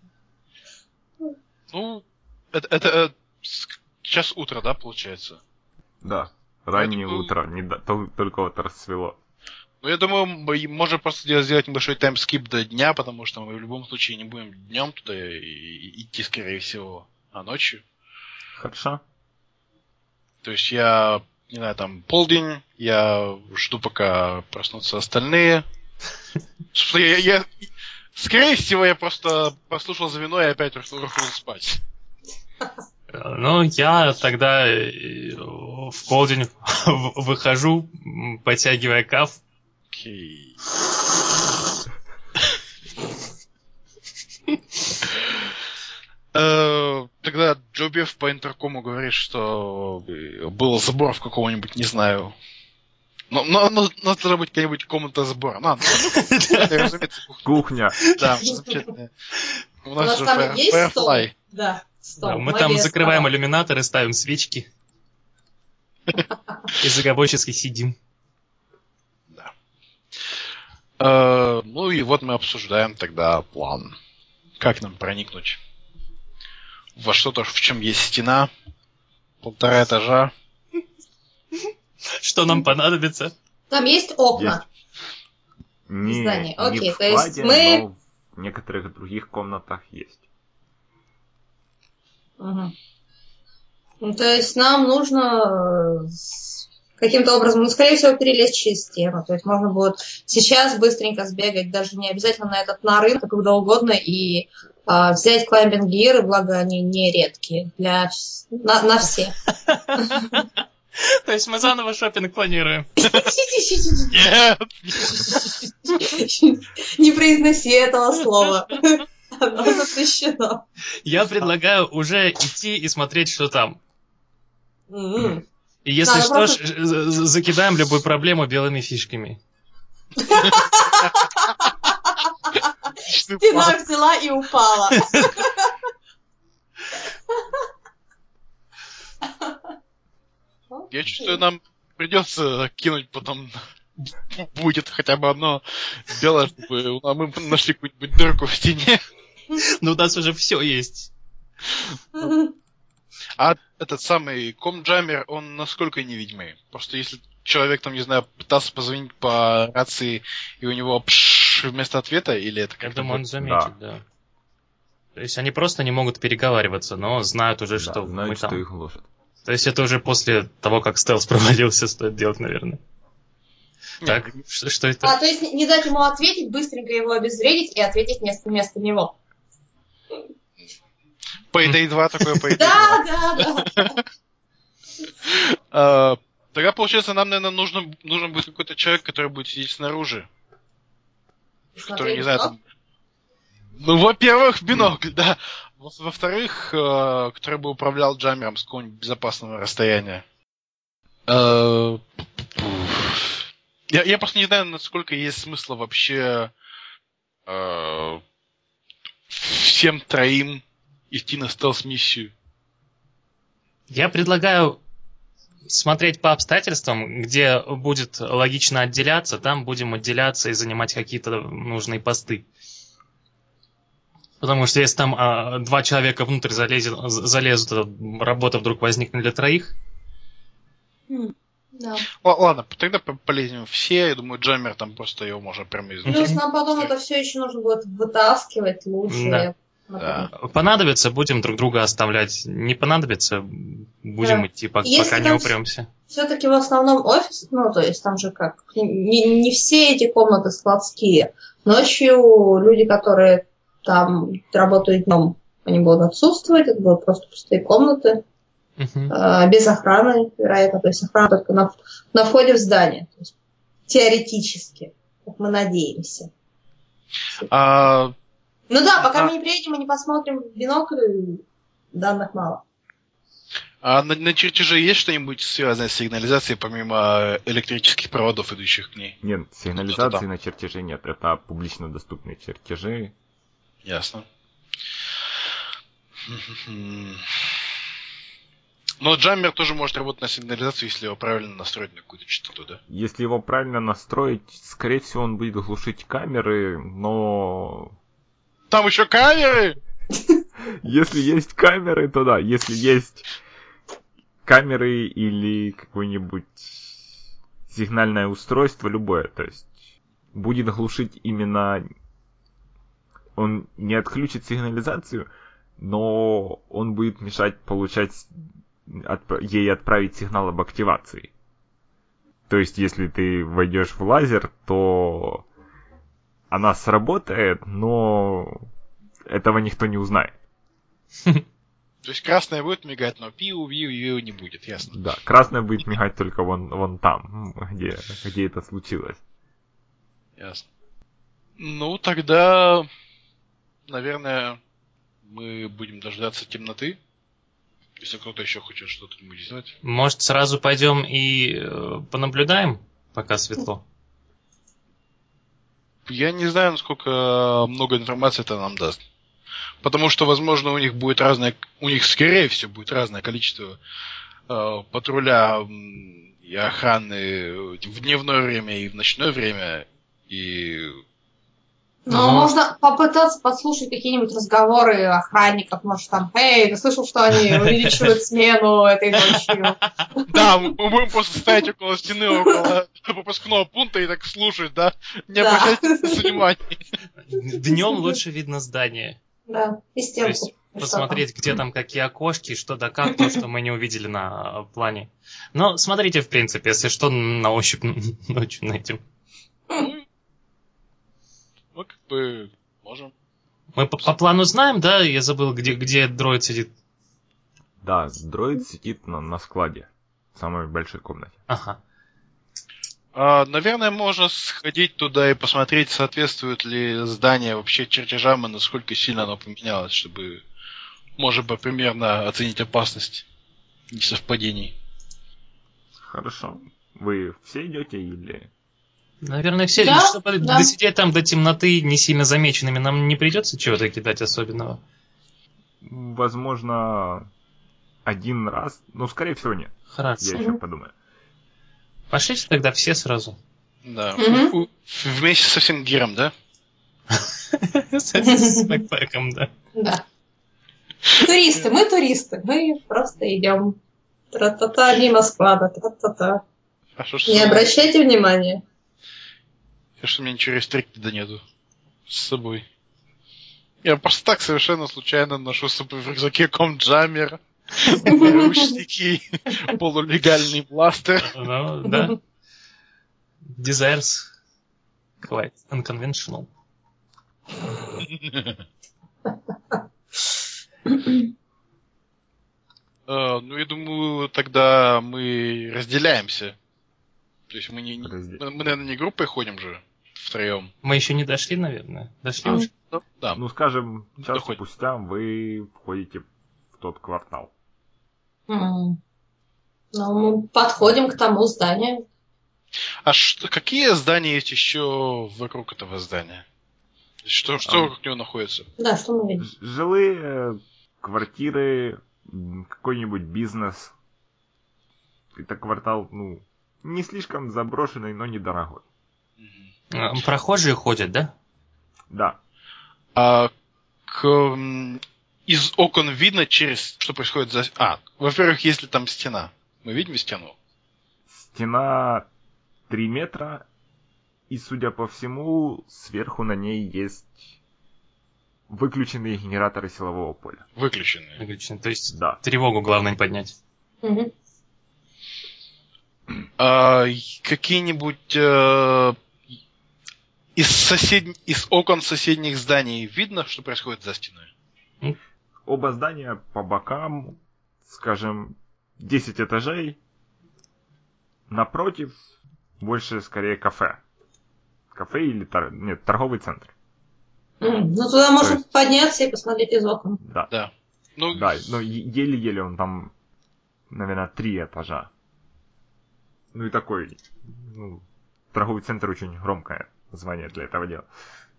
Ну, это, это э, с- сейчас утро, да, получается? Да, раннее Поэтому- утро, не до- тол- только вот расцвело. Ну, я думаю, мы можем просто сделать, сделать небольшой таймскип до дня, потому что мы в любом случае не будем днем туда и- и- идти, скорее всего, а ночью. Хорошо. То есть я, не знаю, там полдень, я жду, пока проснутся остальные. Что я, я- скорее всего, я просто прослушал за вино и опять ушел ушел спать. Ну, я тогда э, в полдень в- выхожу, м, подтягивая каф. Окей. Э, Тогда Джобев по интеркому говорит, что э, был забор в какого-нибудь, не знаю. Но, но, но, но должна быть какая-нибудь комната сбора. На, ну, разумеется, кухня. Кухня. Да, замечательная. У У нас нас же там Fire- есть стол? Firefly. Да, стол. Да, мы Во там вес закрываем стола. иллюминаторы, ставим свечки. И заговорчески сидим. Э, Ну и вот мы обсуждаем тогда план. Как нам проникнуть во что-то, в чем есть стена, полтора этажа. Что нам понадобится? Там есть окна. Не, Здание. не Окей, в то есть кладе, мы- но в некоторых других комнатах есть. Мгм. Ну, то есть нам нужно э, с- каким-то образом, ну, скорее всего, перелезть через стену. То есть можно будет сейчас быстренько сбегать, даже не обязательно на этот на рынок, а когда угодно, и а, взять клаймбинг-гиры, благо они не редкие, для, вс- на, на все. То есть мы заново шопинг планируем. Нет! Не произноси этого слова. Оно запрещено. Я предлагаю уже идти и смотреть, что там. М. И если Да, ну что, просто- ж- з- з- закидаем любую проблему белыми фишками. Стена взяла и упала. Я чувствую, нам придется кинуть потом будет хотя бы одно белое, чтобы а мы нашли какую-нибудь дырку в стене. Ну, у нас уже все есть. А этот самый комджаммер, он насколько невидимый? Просто если человек, там, не знаю, пытался позвонить по рации, и у него пш вместо ответа, или это Я как-то... думаю, он будет- заметит, да. То есть они просто не могут переговариваться, но знают уже, Да, что мы знают, что там. их ложат. То есть это уже после того, как стелс провалился, стоит делать, наверное. Нет, Так, что, что это? А, то есть не дать ему ответить, быстренько его обезвредить и ответить вместо, вместо него. Payday два такое Payday Да, два. да, да. А, Тогда, получается, нам, наверное, нужно, нужен будет какой-то человек, который будет сидеть снаружи. Который, не знаю, там... Ну, во-первых, бинокль, да. Во- Во-вторых, э, который бы управлял джаммером с какого-нибудь безопасного расстояния. Э, Я, я просто не знаю, насколько есть смысла вообще э, всем троим идти на стелс-миссию. Я предлагаю смотреть по обстоятельствам, где будет логично отделяться, там будем отделяться и занимать какие-то нужные посты. Потому что если там а, два человека внутрь залезет, залезут, а работа вдруг возникнет для троих. М. Да. Л- ладно, тогда по- полезем все. Я думаю, Джаммер там просто его можно прямо изучить. Плюс нам потом это все еще нужно будет вытаскивать лучше. Да. Да. Понадобится, будем друг друга оставлять. Не понадобится, будем Да. идти, пока, Если пока не там упремся. Все-таки в основном офис, ну, то есть там же как, не, не все эти комнаты складские. Ночью люди, которые там работают днем, они будут отсутствовать, это будут просто пустые комнаты, Мгм. э, без охраны, вероятно, то есть охрана только на, на входе в здание. То есть, теоретически, как мы надеемся. А, Ну да, пока А- мы не приедем и не посмотрим в бинокль, данных мало. а на, на чертеже есть что-нибудь связанное с сигнализацией, помимо электрических проводов, идущих к ней? Нет, Что-то сигнализации там. на чертеже нет. Это публично доступные чертежи. Ясно. Но Джаммер тоже может работать на сигнализацию, если его правильно настроить на какую-то частоту, да? Если его правильно настроить, скорее всего, он будет глушить камеры, но Там еще камеры! если есть камеры, то да. Если есть камеры или какое-нибудь сигнальное устройство, любое, то есть будет глушить именно... Он не отключит сигнализацию, но он будет мешать получать... отп- ей отправить сигнал об активации. То есть, если ты войдешь в лазер, то она сработает, но этого никто не узнает. То есть красная будет мигать, но пиу, виу, виу не будет, ясно. Да, красная будет мигать только вон, вон там, где, где это случилось. Ясно. Ну, тогда, наверное, мы будем дождаться темноты. Если кто-то еще хочет что-то-нибудь сделать. Может, сразу пойдем и э, понаблюдаем, пока светло? Я не знаю, насколько много информации это нам даст. Потому что, возможно, у них будет разное, у них, скорее всего, будет разное количество э, патруля м, и охраны в дневное время и в ночное время. И Но Ну. можно попытаться подслушать какие-нибудь разговоры охранников, может там, эй, ты слышал, что они увеличивают смену этой ночью? да, мы мы будем просто стоять около стены, около пропускного пункта и так слушать, да? Не Да. обращайте внимания. Днем лучше видно здание. Да, и То стенку. есть И что посмотреть, где там какие окошки, что да как, то, что мы не увидели на э, плане. Но смотрите, в принципе, если что, на ощупь ночью найдем. Мы как бы можем. Мы по, по плану знаем, да? Я забыл, где, где дроид сидит. Да, дроид сидит на, на складе, в самой большой комнате. Ага. А, наверное, можно сходить туда и посмотреть, соответствует ли здание вообще чертежам и насколько сильно оно поменялось, чтобы, может быть, примерно оценить опасность несовпадений. Хорошо. Вы все идете или... Наверное, все. Да, Чтобы да. досидеть там до темноты не сильно замеченными, нам не придется чего-то кидать особенного. Возможно, один раз. Ну, скорее всего, нет. Хорошо. Я еще подумаю. Пошлите тогда все сразу. Да. Мгм. У- Вместе со всем гиром, да? С бэкпэком, да. Да. Туристы, мы туристы, мы просто идем. Тра-та-та, мимо склада, тра-та-та. А что ж Не обращайте внимания. что у меня ничего рестрикта нету с собой. Я просто так совершенно случайно ношу с собой в рюкзаке комджаммер, наручники, полулегальный бластер. Ну, да. Desires quite unconventional. Э, Ну, я думаю, тогда мы разделяемся. То есть мы, не, не- Разде- мы, мы, наверное, не группой ходим же втроем. Мы еще не дошли, наверное. Дошли А. уже? Ну, да. Ну, скажем, час Доходит. спустя вы входите в тот квартал. М. Ну, мы подходим к тому зданию. А что, какие здания есть еще вокруг этого здания? Что, что А. вокруг него находится? Да, что мы видим? Ж- Жилые э, квартиры, м, какой-нибудь бизнес. Это квартал, ну, не слишком заброшенный, но недорогой. Мгм. А, Прохожие ходят, да? Да. А к, м, из окон видно через что происходит за... А, во-первых, если там стена. Мы видим стену? стена три метра, и, судя по всему, сверху на ней есть выключенные генераторы силового поля. Выключенные. Выключены. То есть Да. тревогу главное не поднять. Мгм. А, какие-нибудь э, из, сосед... из окон соседних зданий видно, что происходит за стеной? Оба здания по бокам, скажем, десять этажей. Напротив больше скорее кафе. Кафе или тор... Нет, торговый центр. М, Ну, туда можно есть- подняться и посмотреть из окон. Да. Да. Ну, Да, но е- еле-еле он там, наверное, три этажа. Ну и такой, ну, торговый центр очень громкое название для этого дела.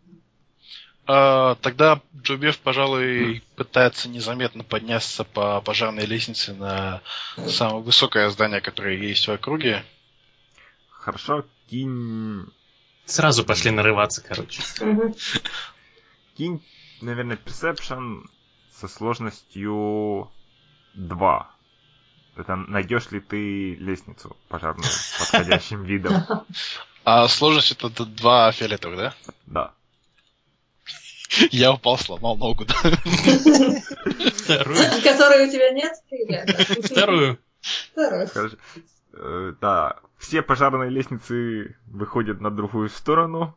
а, тогда Джобеф, пожалуй, пытается незаметно подняться по пожарной лестнице на самое высокое здание, которое есть в округе. Хорошо, кинь, Сразу пошли нарываться, короче. Мгм. кинь, наверное, Perception со сложностью два. Это найдешь ли ты лестницу пожарную с подходящим видом? А сложность это д- два фиолетовых, да? Да. Я упал, сломал ногу, да? Вторую. Которой у тебя нет? Или это? Вторую. Второй. Хорошо. Э, Да, все пожарные лестницы выходят на другую сторону.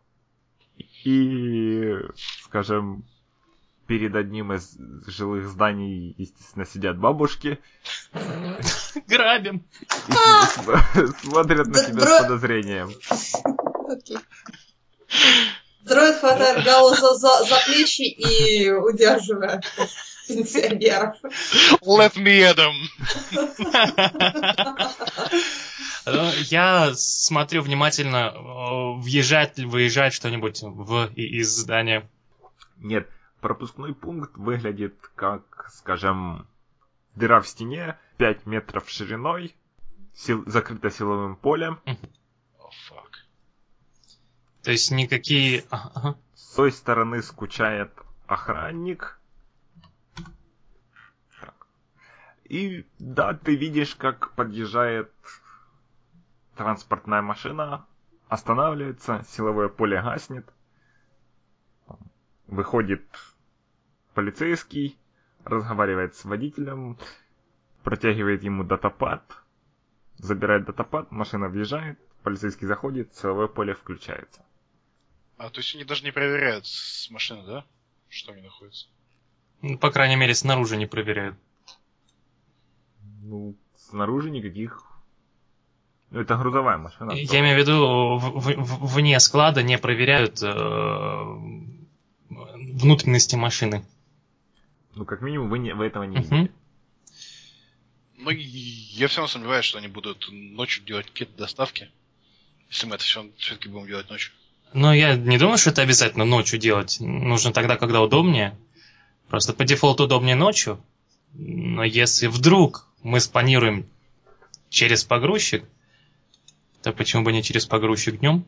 И, скажем, перед одним из жилых зданий, естественно, сидят бабушки. Грабим. И см- смотрят на Да, тебя бро- с подозрением. Окей. Дроид хватает Галу за, за, за плечи и удерживает пенсионеров. Let me at them! Э, Я смотрю внимательно, э, въезжает ли, выезжает что-нибудь в и из здания. Нет, пропускной пункт выглядит как, скажем, дыра в стене, пять метров шириной, сил- закрыта силовым полем. О, фак. То есть никакие... Ага, ага. С той стороны скучает охранник. Так. И да, ты видишь, как подъезжает транспортная машина, останавливается, силовое поле гаснет. Выходит полицейский, разговаривает с водителем, протягивает ему датапад, забирает датапад, машина въезжает, полицейский заходит, силовое поле включается. А, то есть они даже не проверяют с машины, да? Что они находятся? Ну, по крайней мере, снаружи не проверяют. Ну, снаружи никаких... Ну, это грузовая машина. Я имею в виду, в- в- в- вне склада не проверяют э, внутренности машины. Ну, как минимум, вы, не, вы этого не Мгм. видели. Ну, и я все равно сомневаюсь, что они будут ночью делать какие-то доставки. Если мы это все, все-таки будем делать ночью. Но я не думаю, что это обязательно ночью делать. Нужно тогда, когда удобнее. Просто по дефолту удобнее ночью. Но если вдруг мы спланируем через погрузчик, то почему бы не через погрузчик днем?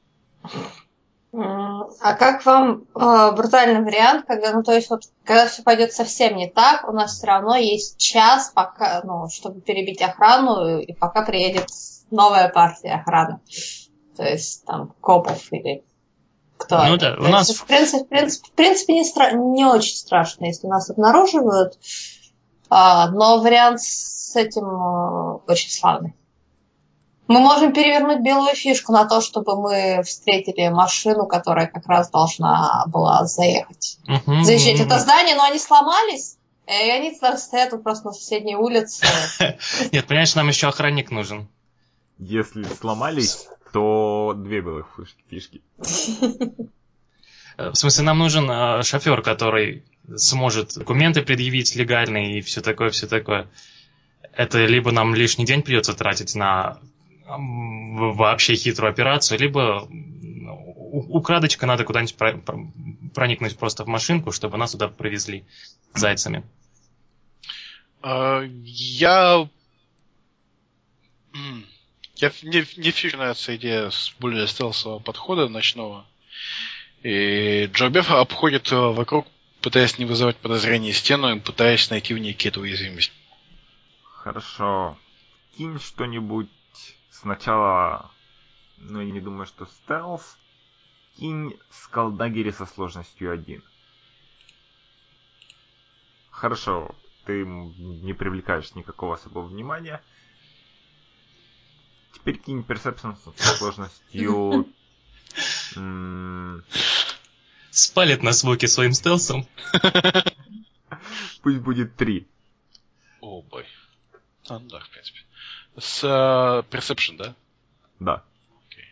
М, А как вам э, брутальный вариант, когда, ну, то есть, вот, когда все пойдет совсем не так, у нас все равно есть час, пока, ну, чтобы перебить охрану, и пока приедет новая партия охраны. То есть, там, копов или кто Ну они. да, То у есть, нас- в принципе, в принципе, в принципе не, стра- не очень страшно, если нас обнаруживают, А, но вариант с этим э, очень славный. Мы можем перевернуть белую фишку на то, чтобы мы встретили машину, которая как раз должна была заехать. Мгм. Заезжать в это здание, но они сломались, и они там стоят вот просто на соседней улице. Нет, понимаешь, нам еще охранник нужен. Если сломались, то две белых фиш- фишки. Э, В смысле, нам нужен э, шофер, который сможет документы предъявить легальные и все такое, все такое. Это либо нам лишний день придется тратить на м, вообще хитрую операцию, либо м, у- украдочка надо куда-нибудь про- про- проникнуть просто в машинку, чтобы нас туда привезли зайцами. А, я... М, я ф- не, не фиг нравится идея с более стелсового подхода ночного. И Джобеф обходит э, вокруг, пытаясь не вызывать подозрений стену и пытаясь найти в ней какие-то уязвимости. Хорошо. Кинь что-нибудь сначала, ну я не думаю, что стелс, кинь скалдагери со сложностью один. Хорошо, ты не привлекаешь никакого особого внимания. Теперь кинь персепшн со сложностью... Спалит нас Вуки своим стелсом. Пусть будет три. О, бой. А, ну да, в принципе. С uh, Perception, да? Да. Окей.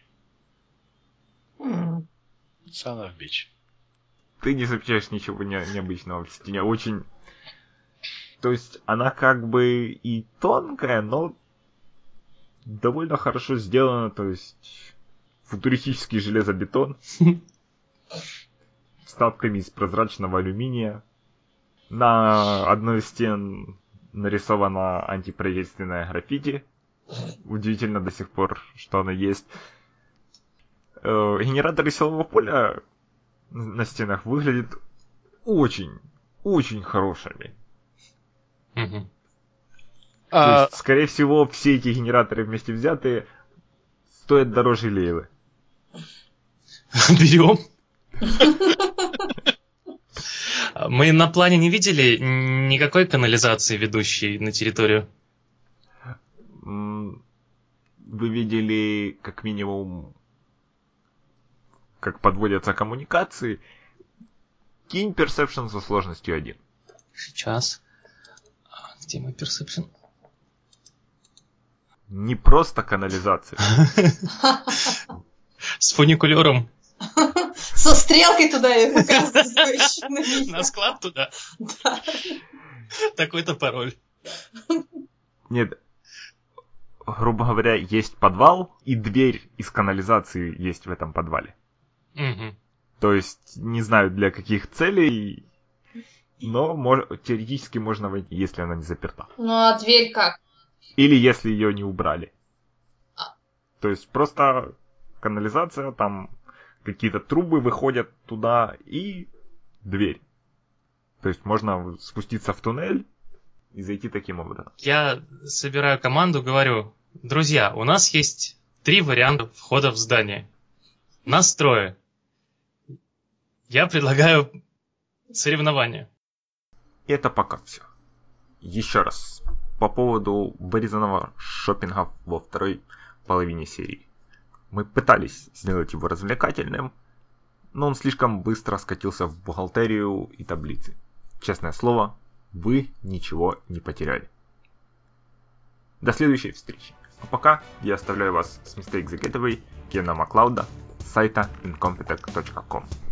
М. Son of bitch. Ты не замечаешь ничего не, необычного в стене. Очень... То есть она как бы и тонкая, но довольно хорошо сделана. То есть футуристический железобетон с вставками из прозрачного алюминия. На одной из стен нарисовано антиправительственное граффити. Удивительно до сих пор, что оно есть. Э, генераторы силового поля на стенах выглядят очень, очень хорошими. Мгм. То А, есть, скорее всего, все эти генераторы вместе взятые стоят дороже Лейлы. Берем. Мы на плане не видели никакой канализации, ведущей на территорию. М, Вы видели, как минимум, как подводятся коммуникации. Кинь персепшн со сложностью один. Сейчас. А, где мой персепшн? Не просто канализация. С фуникулером. Со стрелкой туда и указываешь на меня. На склад туда. Да. Такой-то пароль. Нет, грубо говоря, есть подвал, и дверь из канализации есть в этом подвале. Мгм. То есть, не знаю для каких целей, но мож- теоретически можно войти, если она не заперта. Ну а дверь как? Или если ее не убрали. А. То есть просто канализация, там какие-то трубы выходят туда и дверь. То есть можно спуститься в туннель и зайти таким образом. Я собираю команду, говорю: друзья, у нас есть три варианта входа в здание. Нас трое. Я предлагаю соревнования. И это пока все. Еще раз. По поводу вырезанного шопинга во второй половине серии. Мы пытались сделать его развлекательным, но он слишком быстро скатился в бухгалтерию и таблицы. Честное слово, вы ничего не потеряли. До следующей встречи. А пока я оставляю вас с Mistake the Getaway Кена Маклауда с сайта incompetech точка ком.